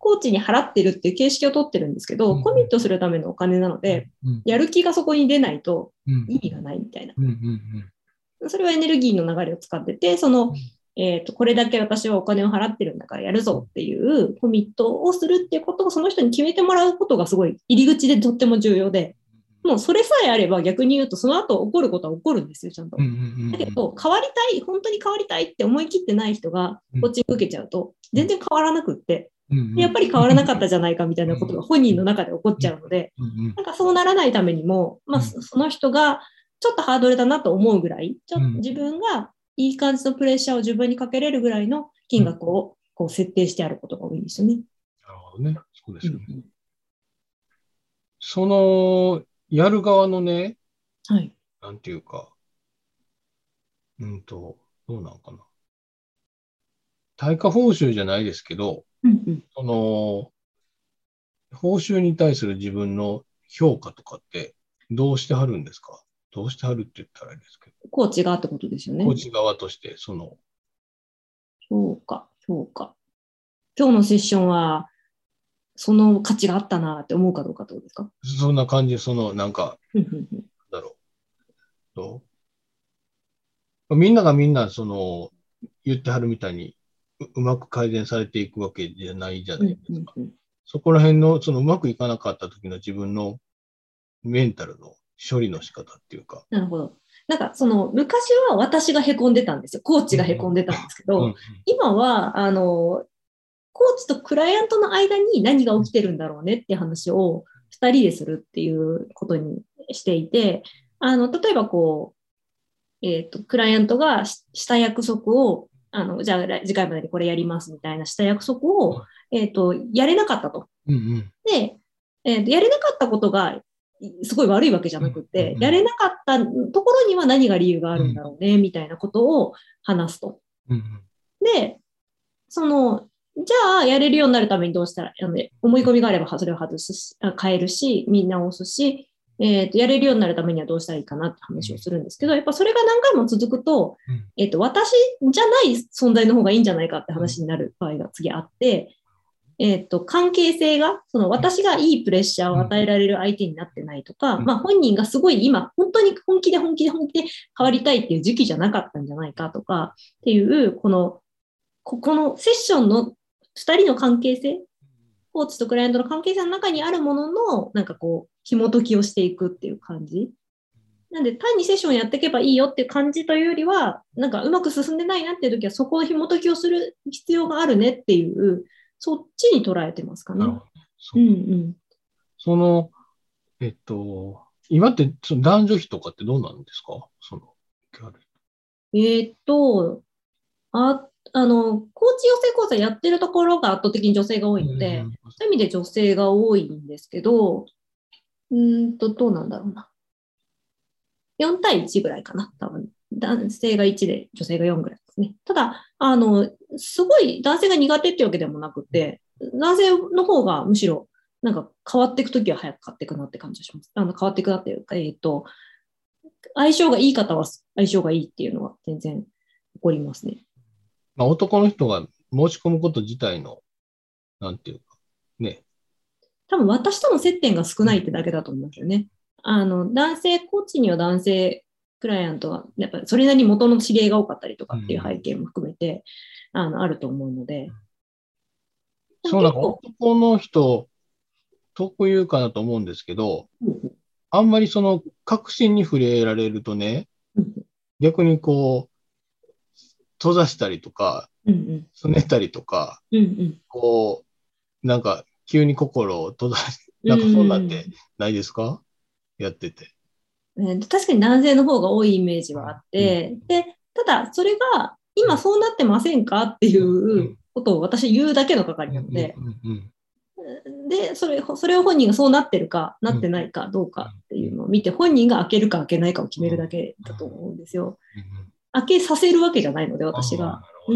コーチに払ってるっていう形式を取ってるんですけど、うん、コミットするためのお金なので、うん、やる気がそこに出ないと意味がないみたいな。うんうんうん、それはエネルギーの流れを使ってて、その、えーと、これだけ私はお金を払ってるんだからやるぞっていうコミットをするっていうことをその人に決めてもらうことがすごい入り口でとっても重要で、もうそれさえあれば逆に言うとその後起こることは起こるんですよ、ちゃんと。だけど変わりたい、本当に変わりたいって思い切ってない人がコーチング受けちゃうと全然変わらなくって、やっぱり変わらなかったじゃないかみたいなことが本人の中で起こっちゃうので、なんかそうならないためにも、まあ、その人がちょっとハードルだなと思うぐらい、ちょっと自分がいい感じのプレッシャーを自分にかけれるぐらいの金額をこう設定してあることが多いんですよね。 なるほどね。そうですよね。うん、その、やる側のね、 はい。 なんていうか、うんと、どうなんかな。対価報酬じゃないですけど、 うんうん、 その、報酬に対する自分の評価とかってどうしてはるんですか？どうしてはるって言ったらいいですけど。 コーチ側ってことですよね。 コーチ側として、その。 評価、評価。今日のセッションは、その価値があったなって思うかどうかってことですか？ そんな感じ、その、なんか、だろう。どうみんながみんな、その、言ってはるみたいにう、うまく改善されていくわけじゃないじゃないですか。うんうんうん、そこら辺の、そのうまくいかなかった時の自分のメンタルの処理の仕方っていうか。 なるほど。なんかその昔は私が凹んでたんですよ。コーチが凹んでたんですけど、うんうん、今はあのコーチとクライアントの間に何が起きてるんだろうねっていう話をふたりでするっていうことにしていて、あの例えばこう、えーと、クライアントがした約束をあのじゃあ次回までにこれやりますみたいなした約束を、えーと、やれなかったと。うんうん、で、えーと、やれなかったことがすごい悪いわけじゃなくて、うんうん、やれなかったところには何が理由があるんだろうね、うん、みたいなことを話すと。うんうん、で、その、じゃあやれるようになるためにどうしたら、あの思い込みがあればそれを外すし、変えるし、みんな押すし、えーと、やれるようになるためにはどうしたらいいかなって話をするんですけど、やっぱそれが何回も続くと、えーと、私じゃない存在の方がいいんじゃないかって話になる場合が次あって、えっと、関係性が、その私がいいプレッシャーを与えられる相手になってないとか、まあ本人がすごい今、本当に本気で本気で本気で変わりたいっていう時期じゃなかったんじゃないかとかっていう、この、ここのセッションのふたりの関係性、コーチとクライアントの関係性の中にあるものの、なんかこう、紐解きをしていくっていう感じ。なんで単にセッションやっていけばいいよっていう感じというよりは、なんかうまく進んでないなっていう時はそこを紐解きをする必要があるねっていう、そっちに捉えてますかね。 そ, うんうん、その、えっと、今ってその男女比とかってどうなんですか？そのえー、っと、あ、あの、コーチ養成講座やってるところが圧倒的に女性が多いので、うん、そういう意味で女性が多いんですけど、うんと、どうなんだろうな。よん対いちぐらいかな、多分。男性がいちで女性がよんぐらいですね。ただ、あの、すごい男性が苦手っていうわけでもなくて、男性の方がむしろなんか変わっていくときは早く変わっていくなって感じがします。あの変わっていくなっていうか、えっと、相性がいい方は相性がいいっていうのは全然起こりますね。 まあ、男の人が申し込むこと自体の、なんていうか、ね。 多分私との接点が少ないってだけだと思うんですよね。あの、男性コーチには男性クライアントは、やっぱりそれなりに元の知り合いが多かったりとかっていう背景も含めて、うん、あの、あると思うので。 そうなんか男の人特有かなと思うんですけど、うん、あんまりその確信に触れられるとね、うん、逆にこう、閉ざしたりとか、すねたりとか、うんうん、こう、なんか急に心を閉ざし、なんかそんなんてないですか？うん、やってて。 確かに男性の方が多いイメージはあって、うん、で、ただそれが今そうなってませんかっていうことを私言うだけの係なので、で、それ、それを本人がそうなってるか、なってないかどうかっていうのを見て、本人が開けるか開けないかを決めるだけだと思うんですよ。開けさせるわけじゃないので、私が。うん。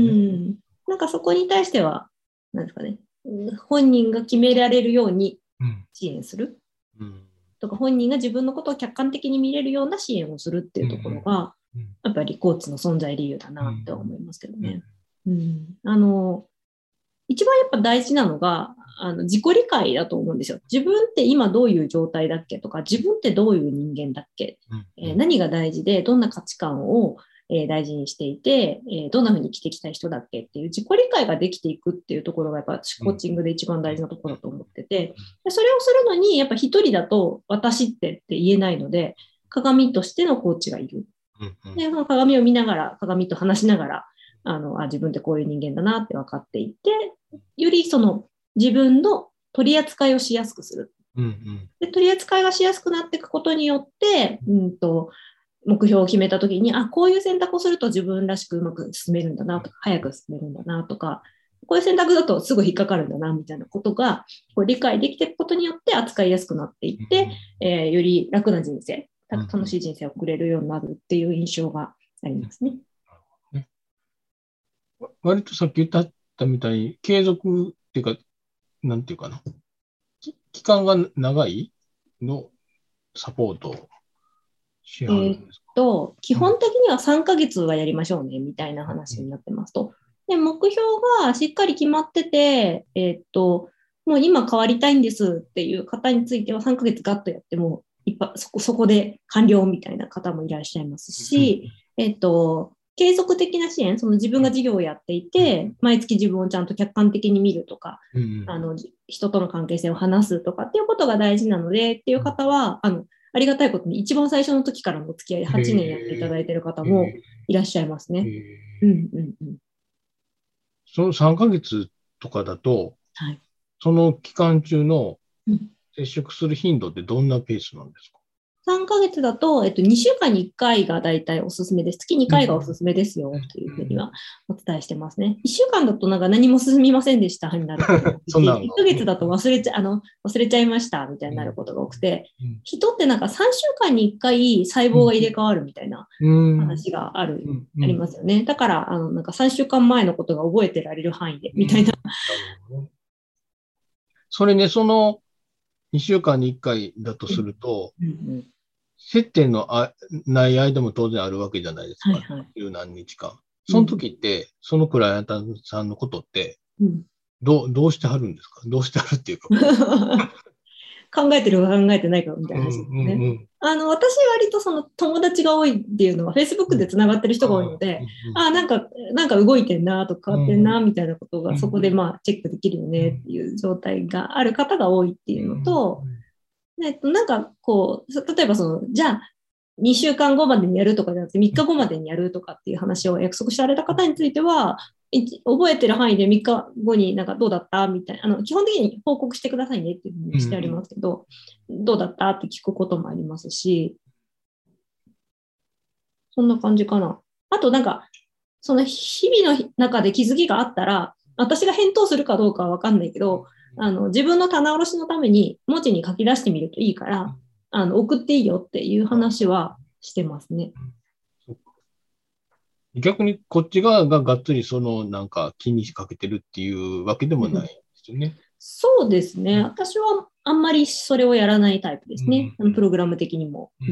なんかそこに対しては、なんですかね、本人が決められるように支援する。うんうんとか本人が自分のことを客観的に見れるような支援をするっていうところが、うんうん、やっぱりコーチの存在理由だなって思いますけどね。うんうん、あの一番やっぱ大事なのがあの自己理解だと思うんですよ。自分って今どういう状態だっけとか、自分ってどういう人間だっけ、うんうん、えー、何が大事で、どんな価値観を、えー、大事にしていて、えー、どんな風に生きていきたい人だっけっていう自己理解ができていくっていうところがやっぱコーチングで一番大事なところだと思ってて、でそれをするのにやっぱ一人だと私ってって言えないので、鏡としてのコーチがいる。で、その鏡を見ながら、鏡と話しながら、あの、あ、自分ってこういう人間だなって分かっていって、よりその自分の取り扱いをしやすくする。うんうん、で取り扱いがしやすくなっていくことによって、うんと、目標を決めたときに、あ、こういう選択をすると自分らしくうまく進めるんだなとか、早く進めるんだなとか、こういう選択だとすぐ引っかかるんだなみたいなことがこう理解できていくことによって扱いやすくなっていって、えー、より楽な人生、楽しい人生を送れるようになるっていう印象がありますね。 割とさっき言ったみたいに、継続っていうか、なんていうかな、期間が長いのサポートをしはるんですか？ えー、と基本的にはさんかげつはやりましょうねみたいな話になってますと。で目標がしっかり決まってて、えー、っともう今変わりたいんですっていう方についてはさんかげつガッとやっても一発そこ、そこで完了みたいな方もいらっしゃいますし、うん、えー、っと継続的な支援、その自分が事業をやっていて、毎月自分をちゃんと客観的に見るとか、うん、あの人との関係性を話すとかっていうことが大事なのでっていう方は、あのありがたいことに一番最初の時からのお付き合いではちねんやっていただいている方もいらっしゃいますね。うんうんうん、 そのさんかげつとかだと、はい、その期間中の接触する頻度ってどんなペースなんですか？ さんかげつだと、えっと、にしゅうかんにいっかいがだいたいおすすめです。月にかいがおすすめですよ、というふうにはお伝えしてますね。いっしゅうかんだとなんか何も進みませんでしたになるそんなの。いっかげつだと忘れちゃ、あの、忘れちゃいましたみたいになることが多くて、うん、人ってなんかさんしゅうかんにいっかい細胞が入れ替わるみたいな話がある、うん、ありますよね。だから、あの、なんかさんしゅうかんまえのことが覚えてられる範囲で、みたいな。 うん、それね、そのにしゅうかんにいっかいだとすると、うんうん、接点のあない間も当然あるわけじゃないですか。はいはい、十何日間。その時って、うん、そのクライアントさんのことって、どう、どうしてはるんですか？どうしてはるっていうか。 考えてるか考えてないかみたいな話ですね。うんうんうん、あの、私割とその友達が多いっていうのは Facebook で繋がってる人が多いので、うん、あ、なんか、なんか動いてんなとか変わってんなみたいなことがそこでまあチェックできるよねっていう状態がある方が多いっていうのと、えっと、なんかこう、例えばその、じゃあ、にしゅうかんごまでにやるとかじゃなくてみっかごまでにやるとかっていう話を約束された方については、覚えてる範囲でみっかごになんかどうだったみたいな、あの、基本的に報告してくださいねっていうふうにしてありますけど、うん、どうだったって聞くこともありますし、そんな感じかな。あとなんか、その日々の中で気づきがあったら、私が返答するかどうかはわかんないけど、あの、自分の棚卸しのために文字に書き出してみるといいから、あの、送っていいよっていう話はしてますね。 逆にこっち側ががっつりそのなんか気にかけてるっていうわけでもないですよね。うん、 そうですね。私はあんまりそれをやらないタイプですね。うん、プログラム的にも。うん、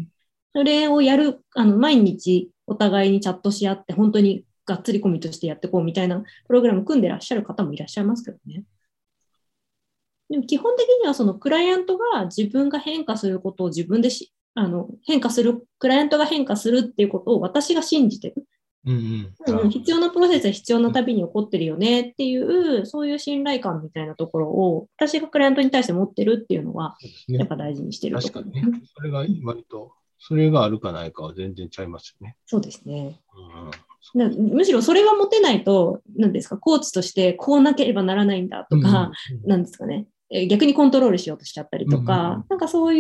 それをやる、あの、毎日お互いにチャットし合って、本当にがっつりコミットしてやっていこうみたいなプログラム組んでらっしゃる方もいらっしゃいますけどね。でも基本的にはそのクライアントが自分が変化することを自分でし、あの、変化する、クライアントが変化するっていうことを私が信じてる。うんうんうん、必要なプロセスは必要なたびに起こってるよねっていう、そういう信頼感みたいなところを、私がクライアントに対して持ってるっていうのは、やっぱ大事にしてるところですね。 確かにね。それが割と、それがあるかないかは全然ちゃいますよね。 そうですね。うん、むしろそれが持てないと、何ですか、コーチとしてこうなければならないんだとか、何ですかね、逆にコントロールしようとしちゃったりとか、うんうん、なんかそういう、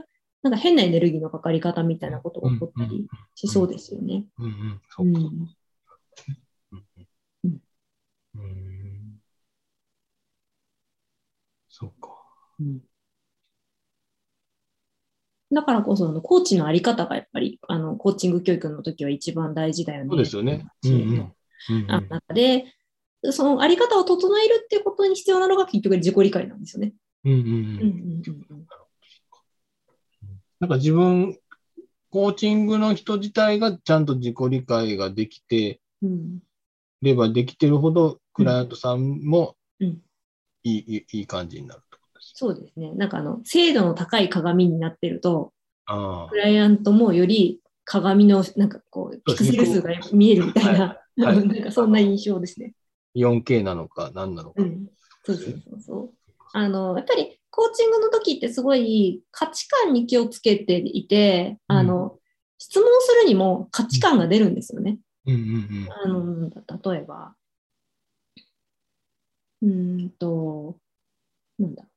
なんか変なエネルギーのかかり方みたいなことが起こったりしそうですよね。うんうん、そうか。うん、そうか。うん、だからこそ、コーチのあり方がやっぱり、あの、コーチング教育の時は一番大事だよね。 そうですよね。うんうん、 あ中で、そのあり方を整えるっていうことに必要なのが結局自己理解なんですよね。うんうんうん。 なんか自分、コーチングの人自体がちゃんと自己理解ができてればできてるほど、クライアントさんもいい、いい感じになるってことです。 そうですね。なんかあの、精度の高い鏡になってると、 あクライアントもより鏡のなんかこう、ピクセル数が見えるみたいな、はいはい、なんかそんな印象ですね。 よんケー なのか何なのか、 うん。そうそうそうそう。あの、やっぱりコーチングの時ってすごい価値観に気をつけていて、うん、あの、質問するにも価値観が出るんですよね。 うんうんうん、 あの、例えば、うんと、なんだ。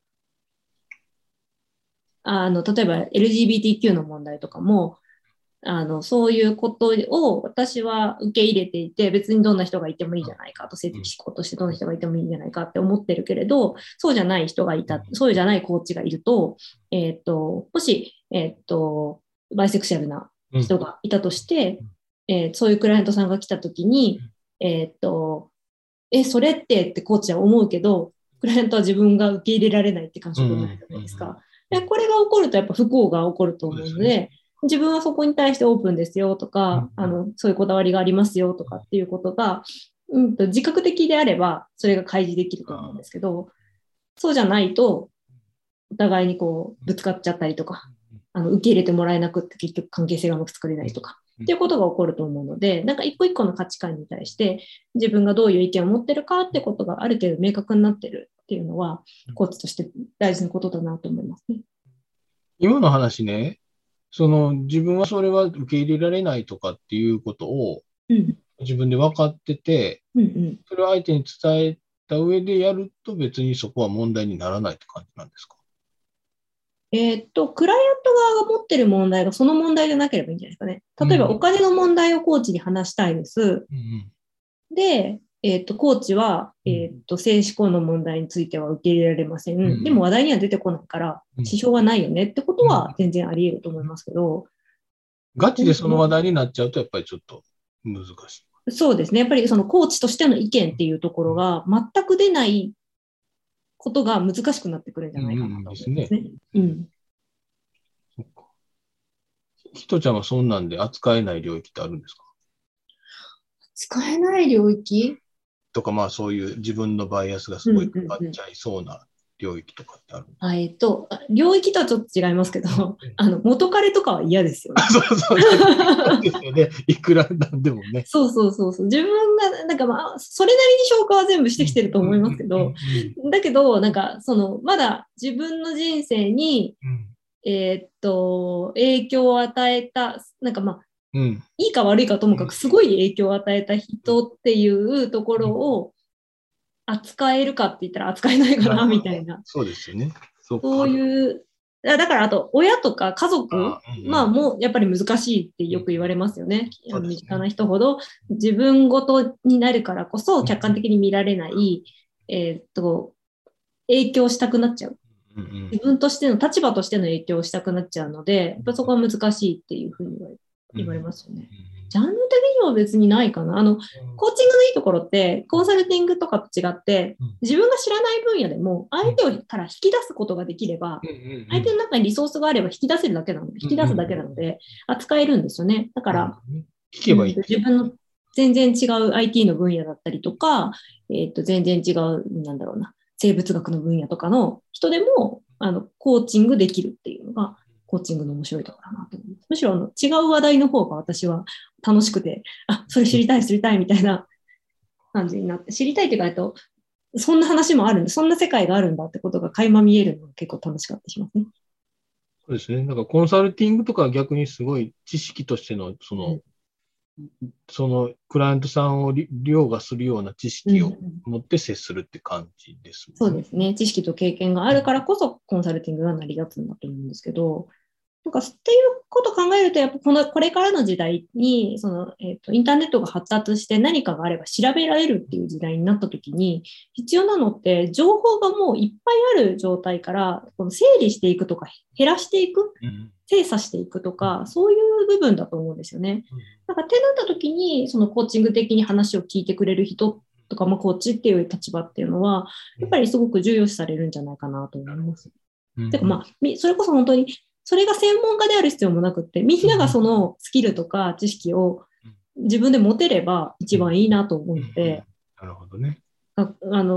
あの、例えば エルジービーティーキュー の問題とかも、あの、そういうことを私は受け入れていて、別にどんな人がいてもいいじゃないかと、性的思考としてどんな人がいてもいいんじゃないかって思ってるけれど、そうじゃない人がいた、そうじゃないコーチがいると、えっと、もし、えっと、バイセクシャルな人がいたとして、えー、そういうクライアントさんが来たときに、えっと、え、それってってコーチは思うけど、クライアントは自分が受け入れられないって感触になるじゃないですか。で、これが起こるとやっぱ不幸が起こると思うので、自分はそこに対してオープンですよとか、あの、そういうこだわりがありますよとかっていうことが、うんと、自覚的であれば、それが開示できると思うんですけど、そうじゃないと、お互いにこう、ぶつかっちゃったりとか、あの、受け入れてもらえなくって結局関係性がうまく作れないとか、っていうことが起こると思うので、なんか一個一個の価値観に対して自分がどういう意見を持ってるかってことがある程度明確になってるっていうのは、コーチとして大事なことだなと思いますね。 今の話ね、その自分はそれは受け入れられないとかっていうことを自分で分かってて、 うんうん、 それを相手に伝えた上でやると別にそこは問題にならないって感じなんですか？ えーっと、クライアント側が持ってる問題がその問題じゃなければいいんじゃないですかね。例えばお金の問題をコーチに話したいです。うんうん、で、えーっと、コーチは、えーっと、性思考の問題については受け入れられません。うん、でも話題には出てこないから、支障はないよねってことは全然あり得ると思いますけど。 ガチでその話題になっちゃうと、やっぱりちょっと難しい。そうですね。やっぱりそのコーチとしての意見っていうところが全く出ないことが難しくなってくるんじゃないかなと思いますね。うん、ですね。うん。 そっか。ひとちゃんはそんなんで扱えない領域ってあるんですか？ 扱えない領域とか、まあそういう自分のバイアスがすごいかかっちゃいそうな領域とかってあるんですか？ あえっと、領域とはちょっと違いますけど、あの、元彼とかは嫌ですよね。 そうそうそうですよね。いくらなんでもね。 そうそうそうそう。自分が、なんかまあ、それなりに消化は全部してきてると思いますけど、だけど、なんか、その、まだ自分の人生に、えー、っと、影響を与えた、なんかまあ、うん、いいか悪いかともかくすごい影響を与えた人っていうところを扱えるかって言ったら扱えないかな、みたいな。 そうですよね。 そうそういう、だからあと親とか家族、あうんうん、まあもうやっぱり難しいってよく言われますよね。うん、身近な人ほど自分ごとになるからこそ客観的に見られない、うん、えー、っと、影響したくなっちゃう。自分としての立場としての影響をしたくなっちゃうので、やっぱそこは難しいっていうふうに言われますよね。ジャンル的には別にないかな。あの、コーチングのいいところって、コンサルティングとかと違って、自分が知らない分野でも、相手をから引き出すことができれば、相手の中にリソースがあれば引き出せるだけなので、引き出すだけなので、扱えるんですよね。だから、 聞けばいい、 うん、自分の全然違う アイティー の分野だったりとか、えっと、全然違う、なんだろうな、生物学の分野とかの人でも、あの、コーチングできるっていうのが、コーチングの面白いところだなと思います。むしろあの違う話題の方が私は楽しくて、あ、それ知りたい、知りたいみたいな感じになって、知りたいっていうか、とそんな話もあるんだ、そんな世界があるんだってことが垣間見えるのが結構楽しかったりしますね。 そうですね。なんかコンサルティングとかは逆にすごい知識としての、その、うんそのクライアントさんを凌駕するような知識を持って接するって感じですもんね、うんうん。そうですね。知識と経験があるからこそコンサルティングが成り立つんだと思うんですけど、なんかっていうことを考えると、やっぱこのこれからの時代にその、えーと、インターネットが発達して何かがあれば調べられるっていう時代になったときに、必要なのって情報がもういっぱいある状態からこの整理していくとか減らしていく、精査していくとか、そういう部分だと思うんですよね。だからってなったときに、そのコーチング的に話を聞いてくれる人とか、まあ、コーチっていう立場っていうのは、やっぱりすごく重要視されるんじゃないかなと思います。うん、てかまあ、それこそ本当にそれが専門家である必要もなくって、みんながそのスキルとか知識を自分で持てれば一番いいなと思うので、 なるほどね。 ああの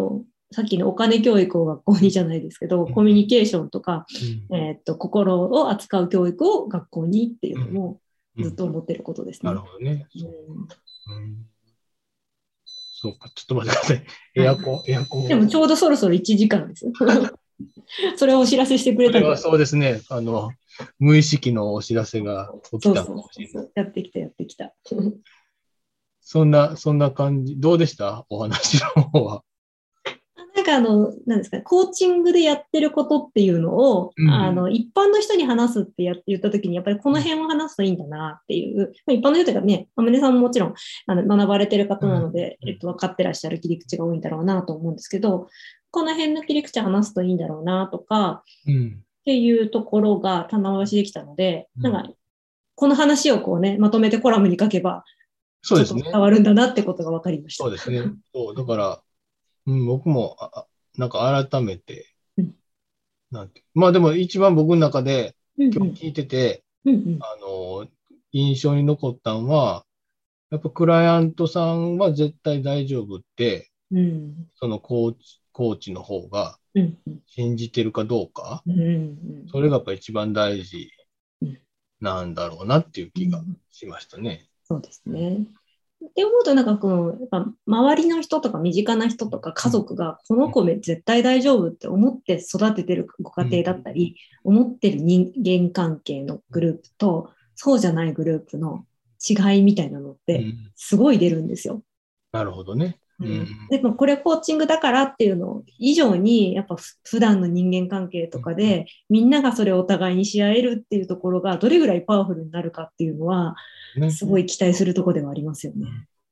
さっきのお金教育を学校にじゃないですけど、コミュニケーションとか、 うん、 えーっと、心を扱う教育を学校にっていうのもずっと思ってることですね。 なるほどね。 うん、 うん、そうか、ちょっと待ってください。エアコン、はい、エアコン。 でもちょうどそろそろいちじかんですよ。それをお知らせしてくれたこれはそうですね。あの、無意識のお知らせが起きたかもしれない。そうそうそう、 やってきた、やってきた。 そんな、そんな感じ。どうでしたお話の方は。 なんかあの、なんですかね、コーチングでやってることっていうのを、うん、あの、一般の人に話すってや言ったときに、やっぱりこの辺を話すといいんだなっていう、まあ、一般の人というかね、まねさんももちろんあの学ばれてる方なので、うん、えっと、分かってらっしゃる切り口が多いんだろうなと思うんですけど、この辺の切り口話すといいんだろうなとか、うん、っていうところが棚卸しできたので、うん、なんか、この話をこうね、まとめてコラムに書けば、 そうですね。 伝わるんだなってことが分かりました。 そうですね。そう、だから、うん、僕も、あ、なんか改めて、うん、なんて、まあでも一番僕の中で、今日聞いてて、うんうん、あの、印象に残ったのは、やっぱクライアントさんは絶対大丈夫って、うん、そのコーチ、コーチの方が信じてるかどうか、うんうん、それがやっぱ一番大事なんだろうなっていう気がしましたね。 うん、そうですね。って思うと、なんかこの、やっぱ周りの人とか身近な人とか家族が、この子絶対大丈夫って思って育ててるご家庭だったり、思ってる人間関係のグループと、そうじゃないグループの違いみたいなのって、すごい出るんですよ。 なるほどね。 うん、でもこれコーチングだからっていうの以上にやっぱ普段の人間関係とかでみんながそれをお互いにし合えるっていうところがどれぐらいパワフルになるかっていうのはすごい期待するところではありますよね。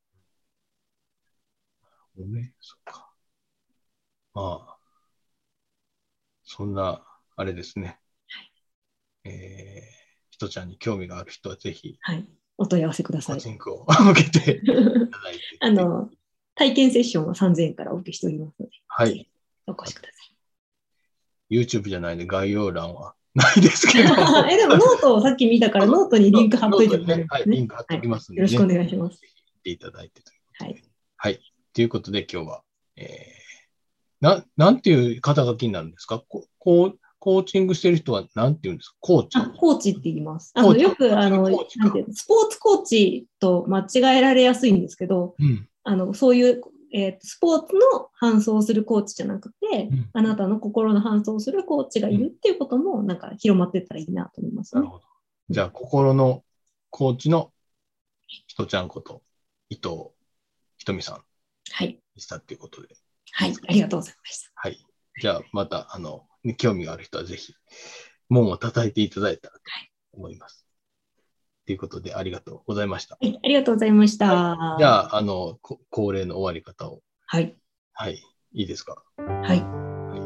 なるほどね。そっか。まあ、そんなあれですね。はい、えー、ひとちゃんに興味がある人はぜひ、 はい、お問い合わせください。 コーチングを受けていただいて。 あの体験セッションはさんぜんえんからお受けしておりますので、 はい。 お越しください。YouTube じゃないんで概要欄はないですけど。 え、でもノートをさっき見たからノートにリンク貼っといてもらえますね。 はい、リンク貼っておきますので、ね、 はい、よろしくお願いします。 ぜひ見ていただいてということで。 はい。 はい。ということで今日は、えー、な、なんていう肩書きになるんですか？ここうコーチングしてる人は何て言うんですか？コーチ。 あ、コーチって言います。あのよくあのなんていうのスポーツコーチと間違えられやすいんですけど、うん、あのそういう、えー、スポーツの搬送するコーチじゃなくて、うん、あなたの心の搬送するコーチがいるっていうこともなんか広まっていったらいいなと思いますね。 なるほど。じゃあ、心のコーチのひとちゃんこと伊藤ひとみさんにしたっていうことで。 はい、はい、ありがとうございました。 はい。じゃあ、また、あの、興味がある人はぜひ、門を叩いていただいたらと思います。と、はい、いうことで、ありがとうございました。 はい、ありがとうございました。 はい、じゃあ、あの、恒例の終わり方を。 はい。 はい。いいですか？ はい。 はい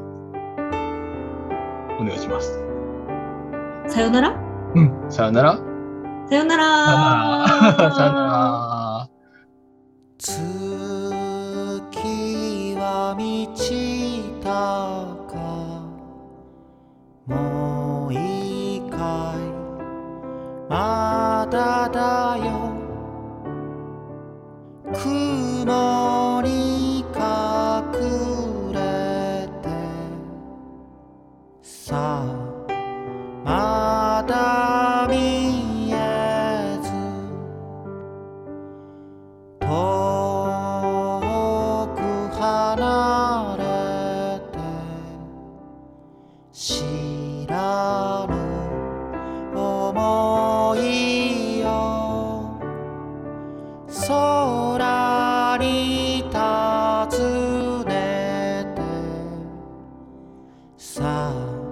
、お願いします。 さよなら？ うん。さよなら。 さよなら。 さよなら。 月は満ちたか、もう一回まだだよ、雲に隠れてさあまだ見えず遠く離れて知らぬ想いよ空に尋ねてさあ